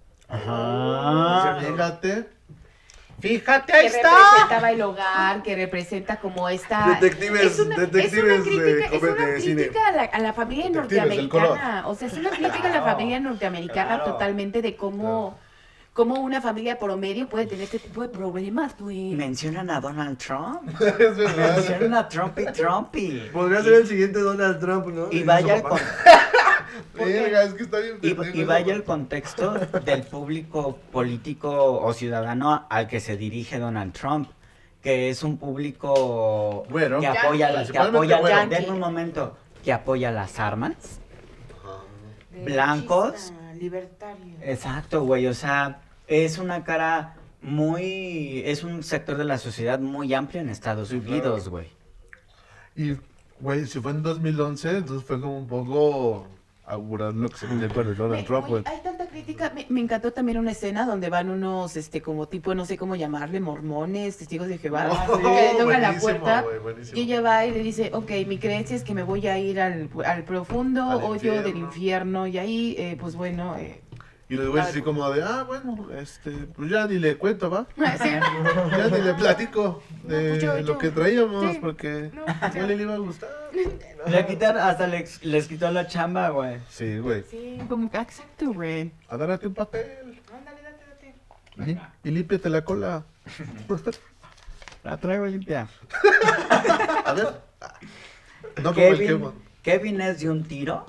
Ajá. Fíjate. Fíjate, Que representaba el hogar, que representa como esta... Detectives- es una, detectives es una de crítica, es come- una de cine. crítica a, la, a la familia Detectives del norteamericana. O sea, es una crítica a la familia norteamericana claro. totalmente de cómo, cómo una familia promedio puede tener este tipo de problemas, güey. Mencionan a Donald Trump. Es verdad. Mencionan a Trumpy Trumpy. Podría ser el siguiente Donald Trump, ¿no? Y Dice vaya su al papá. Verga, es que está bien Y, pendejo y eso, vaya güey. el contexto del público político o ciudadano al que se dirige Donald Trump, que es un público Güero. que apoya, Yankee. que apoya, Principalmente güero. denme un momento, que apoya las armas. Blancos. Libertario. Exacto, güey, o sea, es una cara muy, es un sector de la sociedad muy amplio en Estados Unidos, güey. Y, güey, si fue en dos mil once, entonces fue como un poco augurar lo que se viene con el Donald Me- Trump, oye, güey. hay tanta crítica. Me, me encantó también una escena donde van unos, este, como tipo, no sé cómo llamarle, mormones, testigos de Jehová, Oh, que le tocan la buenísimo, puerta güey, buenísimo. y ella va y le dice, ok, mi creencia es que me voy a ir al, al profundo Al hoyo del infierno. infierno y ahí, eh, pues bueno, eh, Y los güeyes así como de, ah, bueno, este, pues ya ni le cuento, ¿va? sí, Ya ni le platico de No, pues yo- lo yo- que traíamos, sí. porque No, igual le iba a gustar. Le quitaron, hasta les, les quitó la chamba, güey. Sí, güey. sí, como que, exacto, güey. Agárrate un papel Ándale, date, date. ¿eh? y límpiate la cola. La traigo limpia. A ver. No como el que... Kevin, Kevin es de un tiro.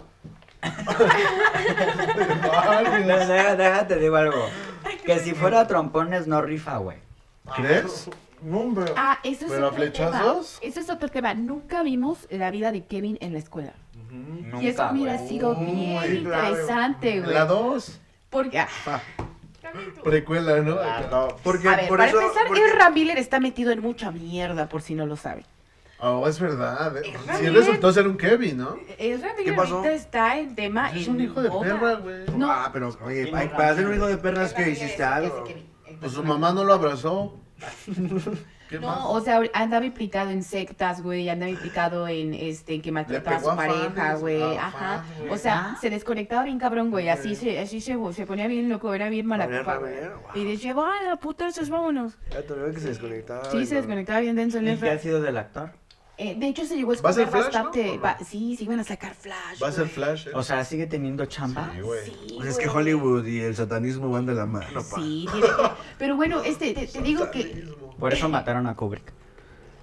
Ay, No, deja- déjate, digo algo. Que si fuera trompones no rifa, güey. ¿Crees? No, hombre. Ah, eso es ¿Pero a otro tema. flechazos? Eso es otro tema. Nunca vimos la vida de Kevin en la escuela. Nunca, y eso hubiera güey. sido Uy, bien claro. interesante, güey. La dos. Porque, ah, Precuela, ¿no? Porque a ver, por para eso. empezar, porque- Ezra Miller está metido en mucha mierda, por si no lo saben. Oh, es verdad. eh. Está Sí, bien. resultó ser un Kevin, ¿no? Ezra Miller pasó? ahorita está en tema. Es en un hijo de boda. perra, güey. No. Ah, pero, oye, pa- para ser un hijo de perras que hiciste algo. Pues su mamá no lo abrazó. ¿Qué más? No, o sea, andaba implicado en sectas, güey, andaba implicado en este que maltrataba a pegó su a fans, pareja, güey, a ajá. fans, güey. O sea, se desconectaba bien cabrón, güey, así se, así se, se ponía bien loco, era bien mala Ponía copa, güey. rabero, wow. Y decía, va, la puta, esos vámonos. Ya te veo que se desconectaba. Sí, y se no- desconectaba bien denso el ¿Y qué Ezra. ha sido del actor? Eh, de hecho, se llegó a ¿Va a ser escuchar Flash, bastante. no? ¿O no? va- sí, sí, iban a sacar Flash. Va a ser güey. Flash, ¿eh? O sea, ¿sigue teniendo chamba? Sí, güey. Sí, Pues es que güey. Hollywood y el satanismo van de la mano, pa. Sí, tiene que- pero bueno, este, te, te digo que Satanismo. Por eso mataron a Kubrick.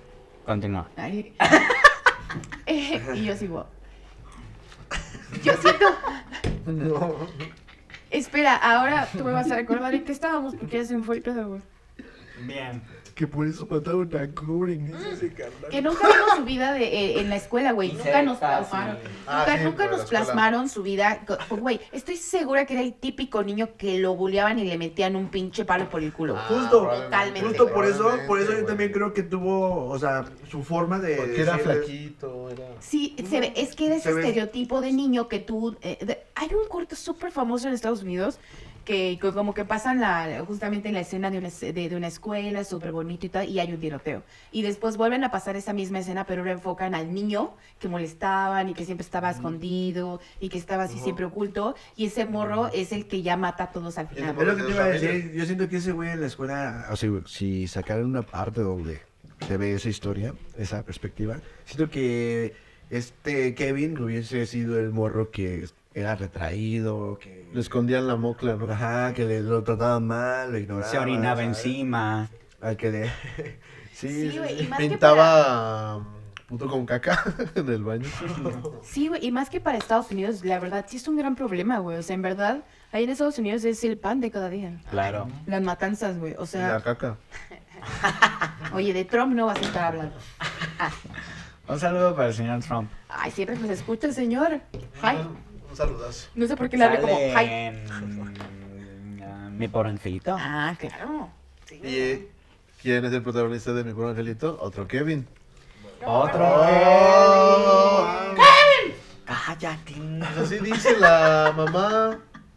Continúa. Ay. Eh, y yo sigo. Yo siento. No. Espera, ahora tú me vas a recordar en qué estábamos porque ya se me fue el pedo, güey. Bien. Que por eso mataron a Kubrick, dice ese carnal. Que nunca vimos su vida de, eh, en la escuela, güey. Y Nunca nos sectas, plasmaron. sí. Ah, Nunca, sí, nunca pero nos la escuela. plasmaron su vida. co- Güey, estoy segura que era el típico niño que lo bulleaban y le metían un pinche palo por el culo. Ah, Justo, Totalmente. justo por eso, Probablemente, por eso yo güey. también creo que tuvo, o sea, su forma de... Porque era decirle- flaquito, era... Sí, se ve, es que era ese Se ve. estereotipo de niño que tú... eh, de- hay un corto súper famoso en Estados Unidos que, que como que pasan la, justamente en la escena de una, es- de, de una escuela súper bonito y tal, y hay un tiroteo. Y después vuelven a pasar esa misma escena, pero ahora enfocan al niño que molestaban y que siempre estaba escondido y que estaba así siempre oculto. Y ese morro es el que ya mata a todos al final. Es lo que te iba a decir, yo siento que ese güey en la escuela, o sea, si sacaran una parte donde se ve esa historia, esa perspectiva, siento que este Kevin hubiese sido el morro que era retraído, que... Le escondían la mocla, ¿no? Ajá, que le, lo trataban mal, lo ignoraban. Se orinaba ¿sabes? encima. Al que le... sí, Sí, sí, güey, sí. y más que para... Pintaba um, puto con caca en el baño. Sí, güey, y más que para Estados Unidos, la verdad, sí es un gran problema, güey. O sea, en verdad, ahí en Estados Unidos es el pan de cada día. Claro. Las matanzas, güey. O La sea, caca. oye, de Trump no vas a estar hablando. Ah, Un saludo para el señor Trump. ay, siempre nos escucha el señor. Hi. Un saludazo. No sé por qué le hablé como Sale hi. en, ah, Mi pobre angelito. Ah, claro. Sí. ¿Y eh, quién es el protagonista de Mi Pobre Angelito? Otro Kevin. Otro. ¡Oh! Cállate. Pues así dice la mamá.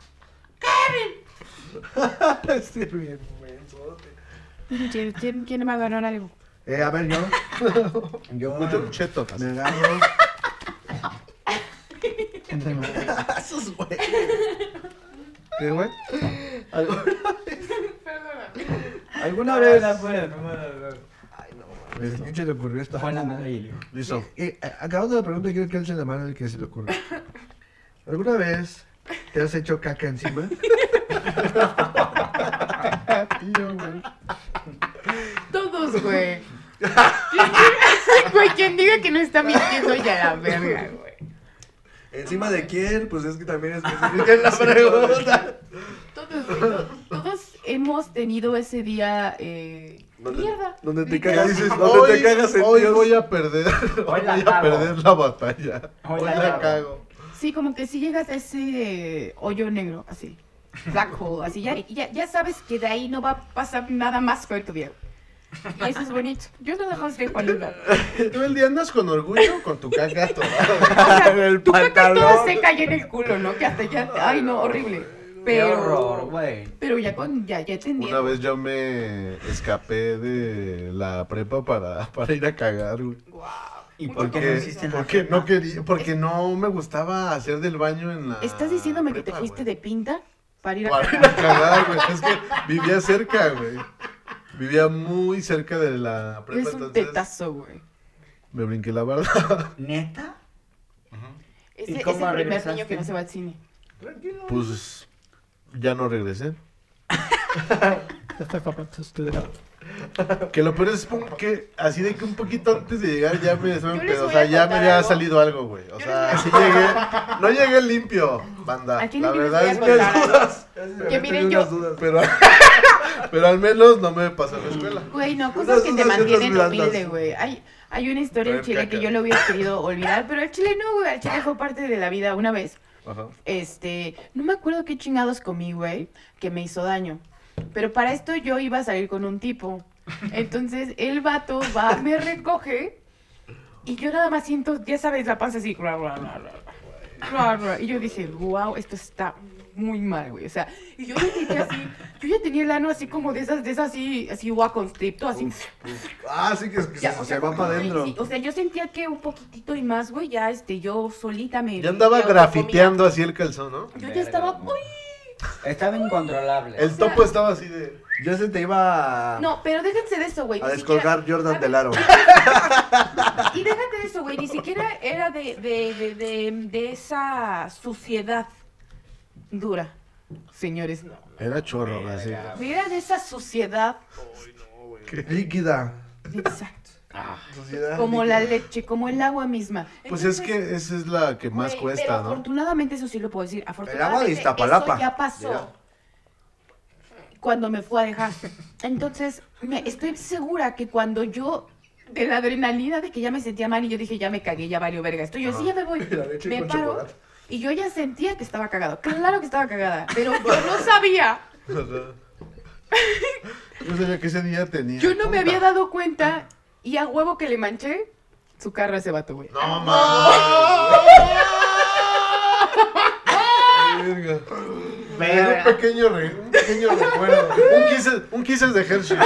Sí, bien mensote. ¿Quién, quién, quién me va a ganar algo? Eh, a ver, yo Yo. Mete un cheto. me agarro... Esos güey. ¿Qué, güey? ¿Alguna vez... ¿Qué se le ocurrió esta? Fue la madre y el- Listo. Eh, eh, acabando la pregunta, quiero que alcen la mano el que se le ocurre. ¿Alguna vez te has hecho caca encima? Tío, güey. Todos, güey. Güey, quien diga que no está mintiendo ya la verga, güey. ¿Encima de quién? Pues es que también es específica en la pregunta. Todos, güey, to- todos hemos tenido ese día, eh, ¿Dónde- mierda. dónde te literal. cagas? Dices, ¿Dónde hoy, te cagas en hoy Dios? voy a perder, Hoy la voy a cago. perder la batalla. Hoy Hoy, la la cago. cago. Sí, como que si llegas a ese hoyo negro, así. Black hole, así. Ya, ya, ya sabes que de ahí no va a pasar nada más con tu vida. Y eso es bonito. Yo no dejo de ponerlo. ¿Tú el día andas con orgullo con tu caca toda? O sea, En el tu caca toda pantalón. seca y en el culo, ¿no? Que hasta ya... Ay, no, horrible. Qué Pero... horror, güey. Pero ya con... Ya, ya entendí. Una vez yo me escapé de la prepa para, para ir a cagar, güey. ¿Y por qué no Porque, hiciste nada? porque no quería, porque no me gustaba hacer del baño en la ¿Estás diciéndome que te prepa, fuiste güey. de pinta para ir a... Para ir a cagar, güey. Es que vivía cerca, güey. Vivía muy cerca de la prepa, Es un entonces tetazo, güey. me brinqué la barda. ¿Neta? Ese ¿Y es cómo el primer regresaste? niño que no se va al cine. Pues ya no regresé. Que lo peor es pum, que así de que un poquito antes de llegar ya me estaba Yo en les pedo, o voy sea, a ya me contar había algo. salido algo, güey. O Yo sea, les sí voy a- llegué, no llegué limpio, banda. Aquí La les verdad voy a es contar que algo. dudas, Que miren, yo... pero pero al menos no me pasó en la escuela. Güey, no, Unas cosas que te dudas y otras mantienen blandas. humilde, güey. Hay, hay una historia en Traer Chile que caca. yo lo hubiera querido olvidar, pero el Chile no, güey. El Chile fue parte de la vida una vez. Ajá. Este, no me acuerdo qué chingados comí, güey, que me hizo daño. Pero para esto yo iba a salir con un tipo. Entonces el vato va, me recoge y yo nada más siento, ya sabes, la panza así. Ra, ra, ra, ra, ra, ra. Y yo dije, wow, esto está muy mal, güey. O sea, y yo ya tenía así, yo ya tenía el ano así como de esas, de esas así, así boa constricto, así. Ah, sí, que, que Ya, se, o se sea, va como, para güey, adentro. sí, o sea, yo sentía que un poquitito y más, güey, ya este, yo solita me. Ya andaba me autocomía. grafiteando así el calzón, ¿no? Yo ya estaba, uy. Estaba incontrolable. El topo estaba así de... Ya se te iba a, No, pero déjense de eso, güey. a ni descolgar siquiera- Jordan A del ver, aro. Y déjate de eso, güey. Ni siquiera era de, de, de, de, de esa suciedad dura. Señores, no. Era chorro, así. Era de esa suciedad. Líquida. Exacto. Sociedad Como la líquida. leche, como el agua misma. Pues es Entonces, que esa es la que más güey, cuesta, pero ¿no? afortunadamente, eso sí lo puedo decir, agua de afortunadamente Iztapalapa. eso ya pasó. Mira. Cuando me fue a dejar. Entonces, me, estoy segura que cuando yo, de la adrenalina de que ya me sentía mal y yo dije, ya me cagué, ya valió verga. Esto yo sí, ya me voy. La leche Me con paro chocolate. y yo ya sentía que estaba cagado. Claro que estaba cagada, pero yo no sabía. Yo sabía que ese día tenía. Yo no me puta. había dado cuenta y a huevo que le manché su carro a ese vato, güey. No mames. Verga. Verga. Un pequeño, re- un pequeño recuerdo. Un kisses, un kisses de Hershey.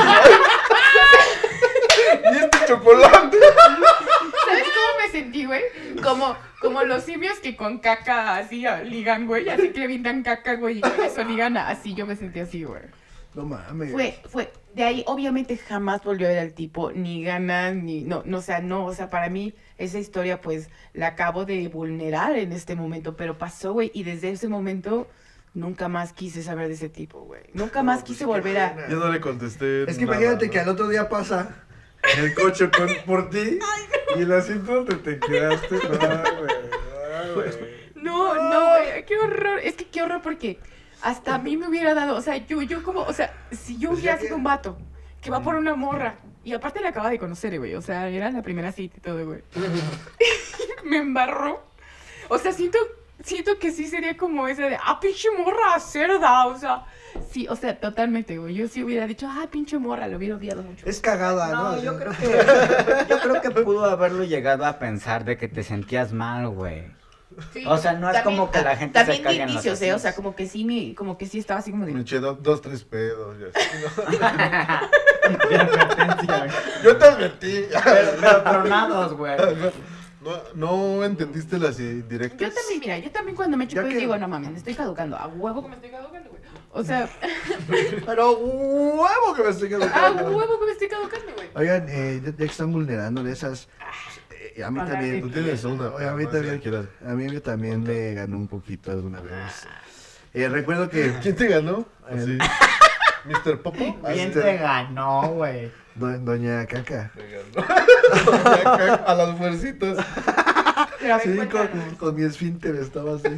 Y este chocolate. ¿Sabes cómo me sentí, güey? Como, como los simios que con caca así ah, ligan, güey. Así que le pintan caca, güey, y con eso ligan. Así yo me sentí así, güey. No mames. Fue, fue, de ahí obviamente jamás volvió a ver al tipo, ni ganas, ni, no, no, o sea, no, o sea, para mí esa historia pues la acabo de vulnerar en este momento, pero pasó, güey, y desde ese momento nunca más quise saber de ese tipo, güey. Nunca más quise volver a... Yo no le contesté. Es que nada, imagínate ¿no? que al otro día pasa en el coche con, por ti y el asiento donde te quedaste. No, güey, no, güey. No, no, güey, qué horror, es que qué horror porque hasta a mí me hubiera dado, o sea, yo, yo como, o sea, si yo Pues hubiera ya sido que- un vato que va por una morra, y aparte la acaba de conocer, güey, o sea, era la primera cita y todo, güey. Me embarró. O sea, siento, siento que sí sería como esa de, ah, pinche morra, cerda, o sea, sí, o sea, totalmente, güey. Yo sí hubiera dicho, ah, pinche morra, lo hubiera odiado mucho. Es cagada, ¿no? No, Así. yo creo que yo creo que pudo haberlo llegado a pensar de que te sentías mal, güey. Sí, o sea, no es como que la gente se también cague de en los inicios, eh, o sea, hocinos. como que sí, me, como que sí estaba así como Me de... eché do- dos, tres pedos. Y así, ¿no? De advertencia, güey. Yo te advertí. Pero, pero tronados, güey. No, no entendiste las Yo indirectas. también, mira, yo también cuando me Ya chupo que- digo, no mames, me estoy caducando. A huevo que me estoy caducando, güey. O sea, Pero huevo que me estoy quedando. a huevo que me estoy caducando, güey. Oigan, eh, ya ya que están vulnerando de esas. eh, a mí Hablar también. de- Tú tienes una. Oye, a mí más, también, ya quieras. a mí me también me ganó un poquito alguna vez. Eh, recuerdo que ¿Quién te ganó? Así. ¿mister Popo? ¿Quién te ganó, güey? do- doña Caca. Me ganó. A las fuercitas. Pero a ver, Sí, cuéntanos. con, con mi esfínter estaba así.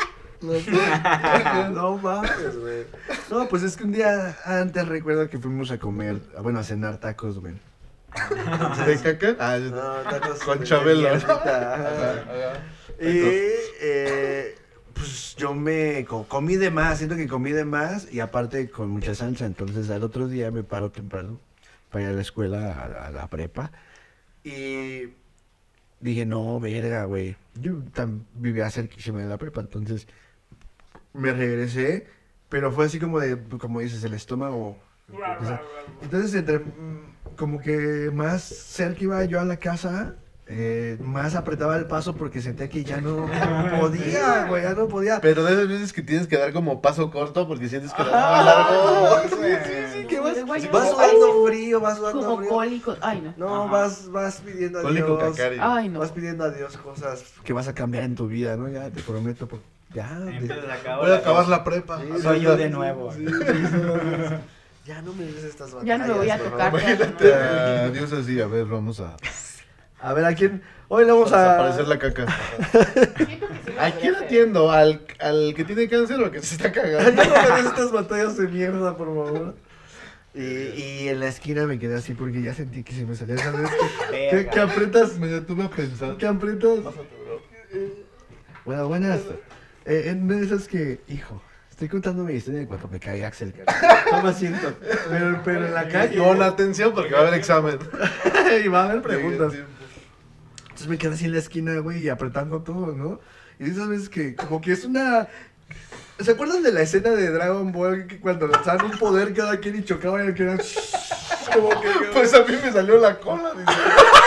No, no mames, güey. No, pues es que un día antes recuerdo que fuimos a comer, bueno, a cenar tacos, güey. ¿De caca? Ah, No, tacos Con de Chabelo. mierdita, ajá. Y eh, pues yo me co- comí de más, siento que comí de más y aparte con mucha salsa. Entonces al otro día me paro temprano para ir a la escuela, a, a la prepa. Y dije, no, verga, güey. Yo tam- vivía cerquísima de la prepa, entonces me regresé, pero fue así como de, como dices, el estómago. o sea, entonces entre, mm, como que más cerca iba yo a la casa, eh, más apretaba el paso porque sentía que ya no podía, güey, ya no podía. Pero de esas veces que tienes que dar como paso corto porque sientes que lo vas largo. Sí, sí, sí, que vas, Güey, vas yo- sudando frío, vas sudando Como frío. cólico. Ay, no. No, vas, vas pidiendo a Cólico Dios. cacario. Ay, no. Vas pidiendo a Dios cosas que vas a cambiar en tu vida, ¿no? Ya te prometo, por- ya. te- Voy a acabar la prepa. Sí, Soy sí, yo sí, de nuevo. sí, sí, sí. Ya no me des estas batallas. Ya no me voy a por tocar. favor. Imagínate a Dios así, a ver, vamos a A ver, ¿a quién? Hoy le vamos a... desaparecer la caca. ¿A quién atiendo? ¿Al, ¿Al que tiene cáncer o al que se está Ya cagando? no me des estas batallas de mierda, por favor. Y, y en la esquina me quedé así porque ya sentí que se me salía esa vez que, que, que aprietas, Me detuve a pensar. que aprietas. Bueno, buenas. Eh, en una de esas que, hijo, estoy contando mi historia de cuando me caí Axel. Toma asiento. Pero, pero en la calle. Pon atención porque va a haber examen. Y va a haber preguntas. Entonces me quedé así en la esquina, güey, y apretando todo, ¿no? Y esas veces que, como que es una... ¿Se acuerdan de la escena de Dragon Ball que cuando lanzaban un poder cada quien y chocaban y el que era... Como que... Pues a mí me salió la cola. Dice.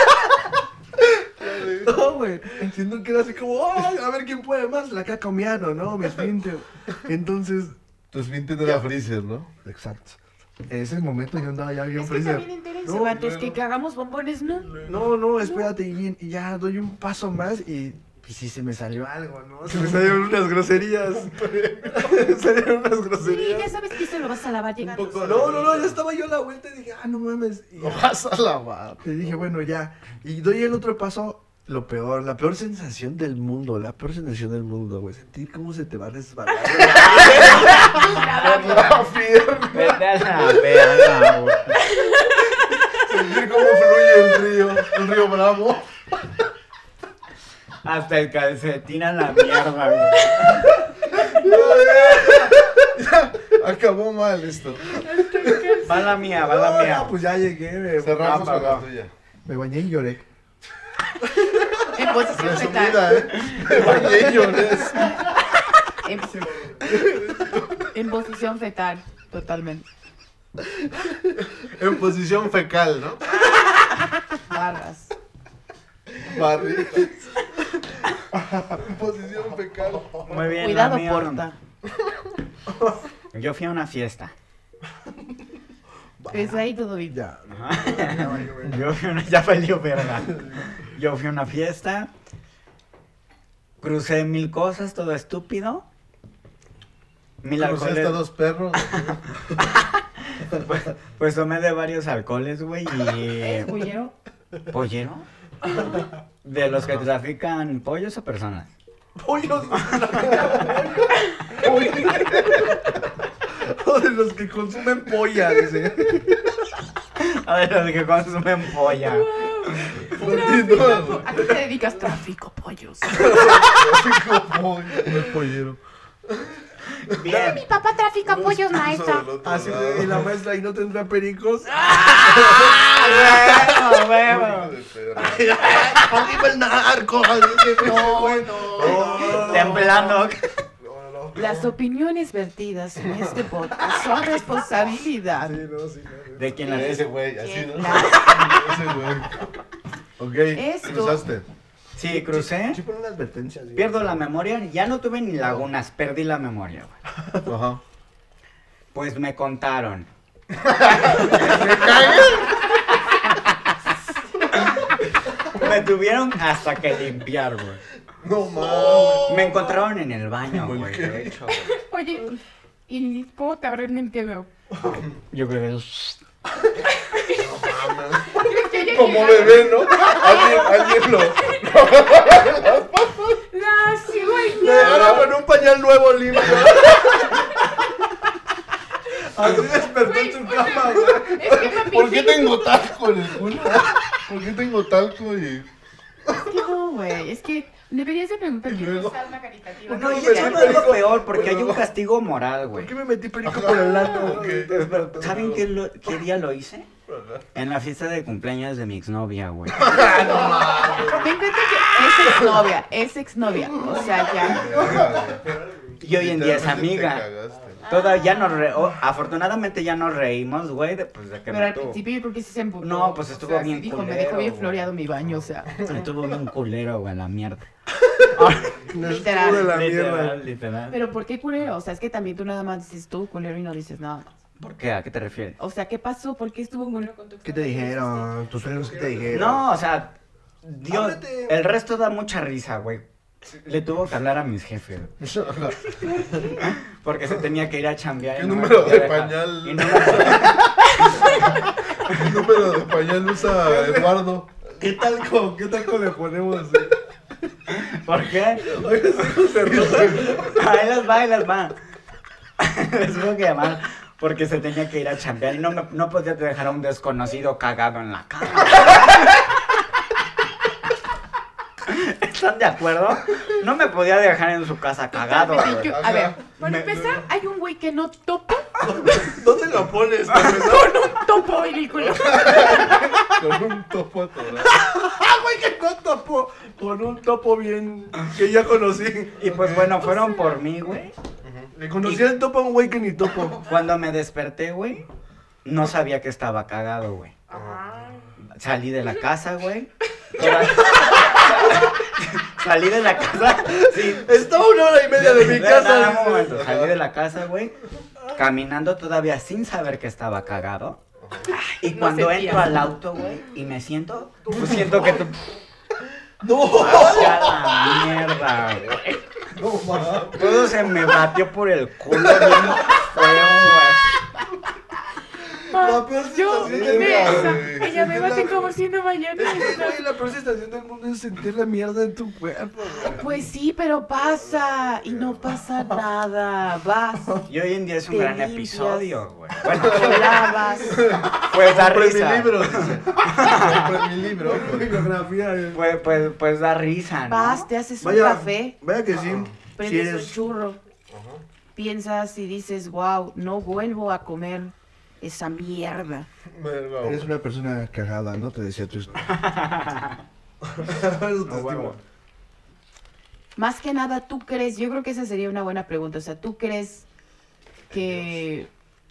No, güey. Siento que era así como, "Ay, a ver quién puede más, la caca o miano, ¿no? Mi esfínter". Entonces... Tu esfínter era Freezer, ¿no? Exacto. En ese momento yo andaba ya bien Es que freezer. también entérense, No, vatos, no. que cagamos bombones, ¿no? No, no, espérate, y, y ya doy un paso más y pues sí se me salió algo, ¿no? Se me salieron unas groserías. Me salieron unas Sí, groserías. ya sabes que se lo vas a lavar llegando. poco de- No, no, no, ya estaba yo a la vuelta y dije, ah, no mames. Y Lo vas a lavar. te dije, bueno, ya. Y doy el otro paso, lo peor, la peor sensación del mundo, la peor sensación del mundo, güey. Sentir cómo se te va a resbalar. La pierna. Vete a la verga, güey. Sentir cómo fluye el río. El río Bravo. Hasta el calcetín a la mierda, güey. Acabó mal esto. Va la mía, va la mía. No, pues ya llegué, me, Cerramos va, con va. la tuya. me bañé y lloré. En posición fetal. Resumida, ¿eh? Me bañé y lloré. En, en posición fetal, totalmente. En posición fecal, ¿no? Barras. Barritas. En posición fecal. Muy bien, Cuidado, la mía. porta. Yo fui a una fiesta. Es ahí todo bien. Ya. Yo fui a una... Ya valió verga. Yo fui a una fiesta. Crucé mil cosas, todo estúpido. Mil Crucé alcoholes. hasta dos perros. Pues, pues tomé de varios alcoholes, güey, y... ¿Es bullero? ¿Pollero? ¿De los que trafican pollos o personas? Pollos. O de los que consumen polla, dice. A ver, los que consumen polla. Continúa. ¿A qué te dedicas? Tráfico pollos. El pollero. Bien. Mi papá trafica pollos, maestra. Así de, y la maestra, ¿y no tendrá pericos? Huevo, huevo. ¡Arriba el narco! No, no. Temblando. Las opiniones vertidas en este podcast son responsabilidad. Sí, no, sí, no. ¿De quién las Ese dice? güey, así, ¿no? Las- Ese güey. Ok, Esto- cruzaste. Sí, crucé. Sí, ponen advertencias. güey. Pierdo la memoria. Ya no tuve ni lagunas, perdí la memoria, güey. Ajá. Pues me contaron. Me tuvieron hasta que limpiar, güey. No mames. Me encontraron en el baño, güey. De hecho, güey. Oye, ¿y cómo te habrán limpiado? Yo creo que es... Como bebé, ¿no? Alguien, alguien lo. No, sí, güey. Ahora con un pañal nuevo limpio. Así despertó en su cama, güey. Es que papi, ¿Por qué tengo talco en el culo? ¿Por qué tengo talco y.? Es que no, güey. Es que deberías de preguntar Y qué luego- es alma caritativa. No, No, y me eso metí no es lo perico. peor, porque hay un Bueno. castigo moral, güey. ¿Por qué me metí perico por el ano? ¿Saben qué, lo- qué día lo hice? En la fiesta de cumpleaños de mi exnovia, güey. Me encanta que es exnovia, es exnovia. O sea, ya. Y hoy en día es Literalmente te amiga. cagaste. Toda, ya nos re- oh, afortunadamente ya nos reímos, güey, de, pues, de que Pero me al tuvo. principio yo creo que sí se emputó. No, pues estuvo O sea, sí bien dijo, me culero, dejó bien güey. floreado mi baño, o sea. Estuvo bien culero, güey, la mierda. Literal. de la mierda. Literal, literal. Pero ¿por qué culero? O sea, es que también tú nada más dices tú culero y no dices nada más. ¿Por qué? ¿A qué te refieres? O sea, ¿qué pasó? ¿Por qué estuvo culero con tu ¿Qué te dijeron? ¿Tus suegros qué te dijeron? No, o sea, Dios, Ábrete. el resto da mucha risa, güey. Le tuvo que hablar a mis jefes. Porque se tenía que ir a chambear. y ¿Qué no me número podía de dejar. pañal? Y no me podía- ¿Qué número de pañal usa Eduardo? ¿Qué talco? ¿Qué talco le ponemos? ¿Por qué? Oye, ese hijo se ríe. Ahí las va, ahí las va. Les tuvo que llamar porque se tenía que ir a chambear y no, me, no podía dejar a un desconocido cagado en la cama. ¿Están de acuerdo? No me podía dejar en su casa cagado. Totalmente. güey. Yo- a ver, para Me- empezar, hay un güey que no topa ¿Dónde lo pones? con un topo ridículo. Con un topo atorado. ¡Ah, güey, que no topo! Con un topo bien que ya conocí. Y pues bueno, fueron por mí, güey. Le conocí el topo a un güey que ni topo. Cuando me desperté, güey, no sabía que estaba cagado, güey. Salí de la casa, güey. Toda- Salí de la casa. Sí. Estaba una hora y media de mi Nada, casa. un dice. momento. Salí de la casa, güey. Caminando todavía sin saber que estaba cagado. Y No cuando sentía. entro al auto, güey, y me siento, pues siento que tú. ¡No! ¡Hacia la mierda, güey! No, mames. Todo se me batió por el culo bien feo, güey. La peor Yo, situación del neta, mundo. ella me bate como siendo Es mayonesa. que, güey, la peor sensación del mundo es sentir la mierda en tu cuerpo, güey. Pues sí, pero pasa y no pasa nada. Vas, Y hoy en día es un Te gran limpias. episodio, güey. Bueno, te lavas. pues da Compré mi risa. libro, dice. Compré mi libro. Bibliografía. eh. Pues, pues, pues da risa, ¿no? Vas, te haces un Vaya, café, vaya que sí. Sí prendes un eres. churro, piensas y dices, wow, no vuelvo a comer esa mierda. Eres una persona cagada, ¿no? Te decía tu Eso te estimo. Más que nada, ¿tú crees? Yo creo que esa sería una buena pregunta. O sea, ¿tú crees que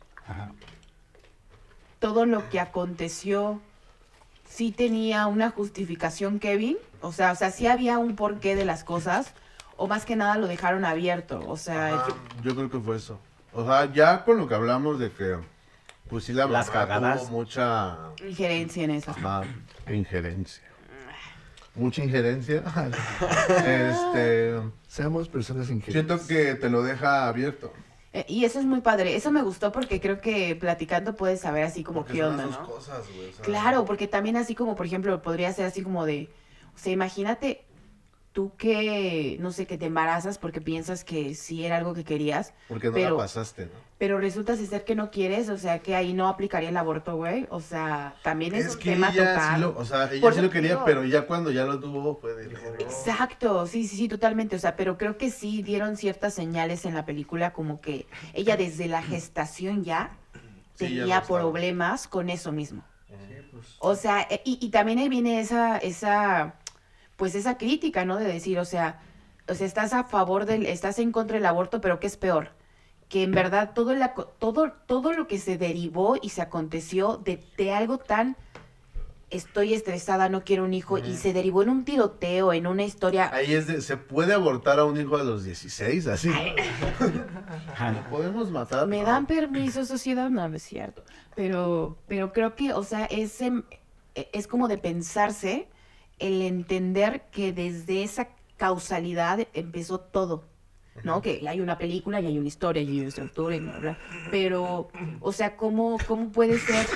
todo lo que aconteció sí tenía una justificación, Kevin? O sea, o sea, sí había un porqué de las cosas, o más que nada lo dejaron abierto. O sea, Ajá, yo creo que fue eso. O sea, ya con lo que hablamos de que, pues sí, la Las mamá cagadas. tuvo mucha injerencia en eso. ajá, injerencia. Mucha injerencia. este, Seamos personas ingenuas. siento que te lo deja abierto. Eh, y eso es muy padre. Eso me gustó porque creo que platicando puedes saber así como Porque qué son onda, sus ¿no? cosas, güey, o sea, Claro, porque también así como, por ejemplo, podría ser así como de, o sea, imagínate tú que, no sé, que te embarazas porque piensas que sí era algo que querías, Porque no pero- la pasaste, ¿no? pero resulta ser que no quieres, o sea, que ahí no aplicaría el aborto, güey. O sea, también es, Es un que tema ella total. sí lo, o sea, ella Por sí eso lo quería, digo. pero ya cuando ya lo tuvo fue de... Exacto, sí, sí, sí, totalmente. O sea, pero creo que sí dieron ciertas señales en la película como que ella desde la gestación ya Sí, ya tenía lo sabe. problemas con eso mismo. O sea, e- y, y también ahí viene esa, esa, pues esa crítica, ¿no? De decir, o sea, o sea, estás a favor del, estás en contra del aborto, pero ¿qué es peor? Que en verdad todo, el aco- todo, todo lo que se derivó y se aconteció de, de algo tan estoy estresada, no quiero un hijo, y se derivó en un tiroteo, en una historia. Ahí es de, ¿se puede abortar a un hijo a los dieciséis? Así. ¿Lo podemos matar? ¿Me No. dan permiso, sociedad? No, no es cierto. Pero, pero creo que, o sea, es, em, es como de pensarse el entender que desde esa causalidad empezó todo. ¿No? Que hay una película y hay una historia y hay una estructura y bla, bla. Pero, o sea, ¿cómo, cómo puede ser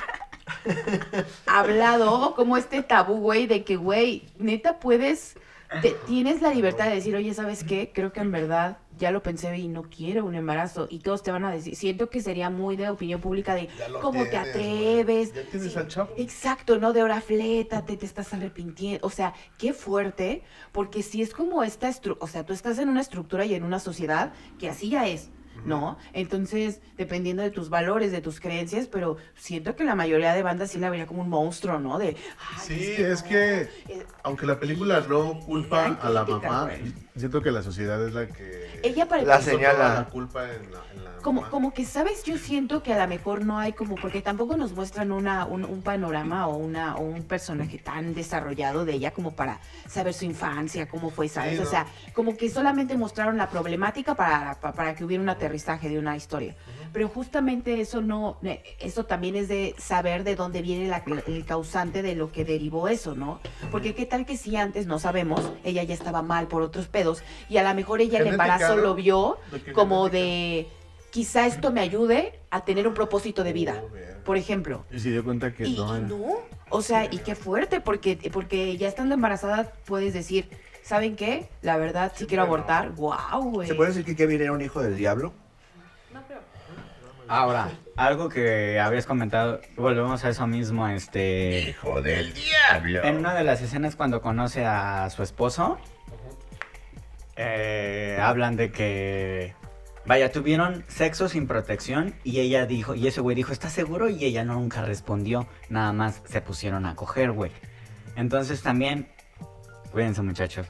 hablado como este tabú, güey, de que, güey, neta puedes, te- tienes la libertad de decir, oye, ¿sabes qué? Creo que en verdad ya lo pensé y no quiero un embarazo. Y todos te van a decir, siento que sería muy de opinión pública de, Ya lo ¿cómo te tienes, atreves? güey. Ya tienes Sí, al chavo. exacto, ¿no? De ahora flétate, te estás arrepintiendo. O sea, qué fuerte, porque si es como esta estructura, o sea, tú estás en una estructura y en una sociedad que así ya es, ¿no? Entonces, dependiendo de tus valores, de tus creencias, pero siento que la mayoría de bandas sí la vería como un monstruo, ¿no? De, ay, Sí, es que, eh, aunque la película no culpa Gran a la crítica, mamá, güey. siento que la sociedad es la que... ella para La puso señala. toda la culpa en la, en la Como, mamá. como que, ¿sabes? Yo siento que a lo mejor no hay como, porque tampoco nos muestran una, un, un panorama o, una, o un personaje tan desarrollado de ella como para saber su infancia, cómo fue, ¿sabes? Sí, O ¿no? sea, como que solamente mostraron la problemática para, pa- para que hubiera un aterrizaje de una historia. Pero justamente eso no, eh, eso también es de saber de dónde viene la- el causante de lo que derivó eso, ¿no? Porque qué tal que si antes, no sabemos, ella ya estaba mal por otros pedos y a lo mejor ella el Genética, embarazo ¿no? lo vio ¿De qué como genética? de quizá esto me ayude a tener un propósito de vida, Oh, verga. por ejemplo. Y se dio cuenta que Y no, y era. no, o sea, y qué fuerte, porque, porque ya estando embarazada puedes decir, ¿saben qué? La verdad, sí quiero abortar. ¡Wow, güey! ¿Se puede decir que Kevin era un hijo del diablo? Ahora, algo que habías comentado, volvemos a eso mismo, este... Hijo del diablo. En una de las escenas cuando conoce a su esposo, eh, hablan de que, vaya, tuvieron sexo sin protección y ella dijo, y ese güey dijo, ¿estás seguro? Y ella nunca respondió, nada más se pusieron a coger, güey. Entonces también, cuídense muchachos.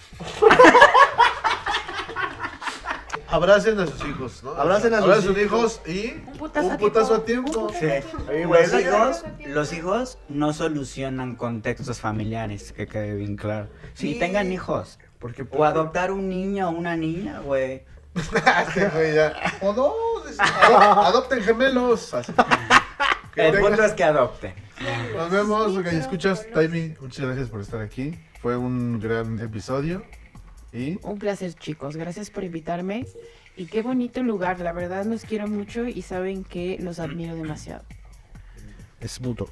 Abracen a sus hijos, ¿no? Abracen a sus Abracen hijos y Un putazo a un putazo a tiempo. tiempo. Un Sí. Oye, güey, Los esa- hijos, los hijos no solucionan contextos familiares, que quede bien claro. Sí, Sí. tengan hijos. Porque O adoptar un niño o una niña, güey. Este güey ya. O dos. dice, adop- Adopten gemelos. Así. Que El tengan- punto es que adopten. Nos vemos, ok, escuchas, Taimi. Muchas gracias por estar aquí. fue un gran episodio. Y Un placer, chicos. Gracias por invitarme. Y qué bonito lugar. La verdad, los quiero mucho y saben que los admiro demasiado. Es mutuo.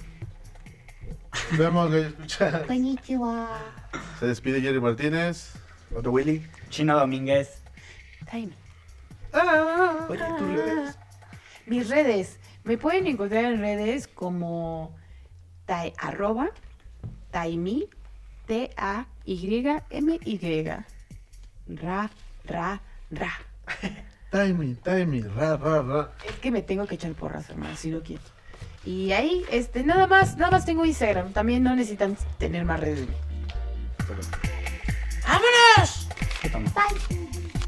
veamos que escuchar. Konnichiwa. Se despide Jerry Martínez. Otro Willy. Chino Domínguez. Taimi. Oye, tus redes. Mis redes. Me pueden encontrar en redes como tai, arroba taimi, T A Y M Y. Ra, ra, ra. Timing, timing, ra, ra, ra. Es que me tengo que echar porras, hermano, si no quiero. Y ahí, este, nada más, nada más tengo Instagram. También no necesitan tener más redes. ¡Vámonos! ¿Qué toma? Bye.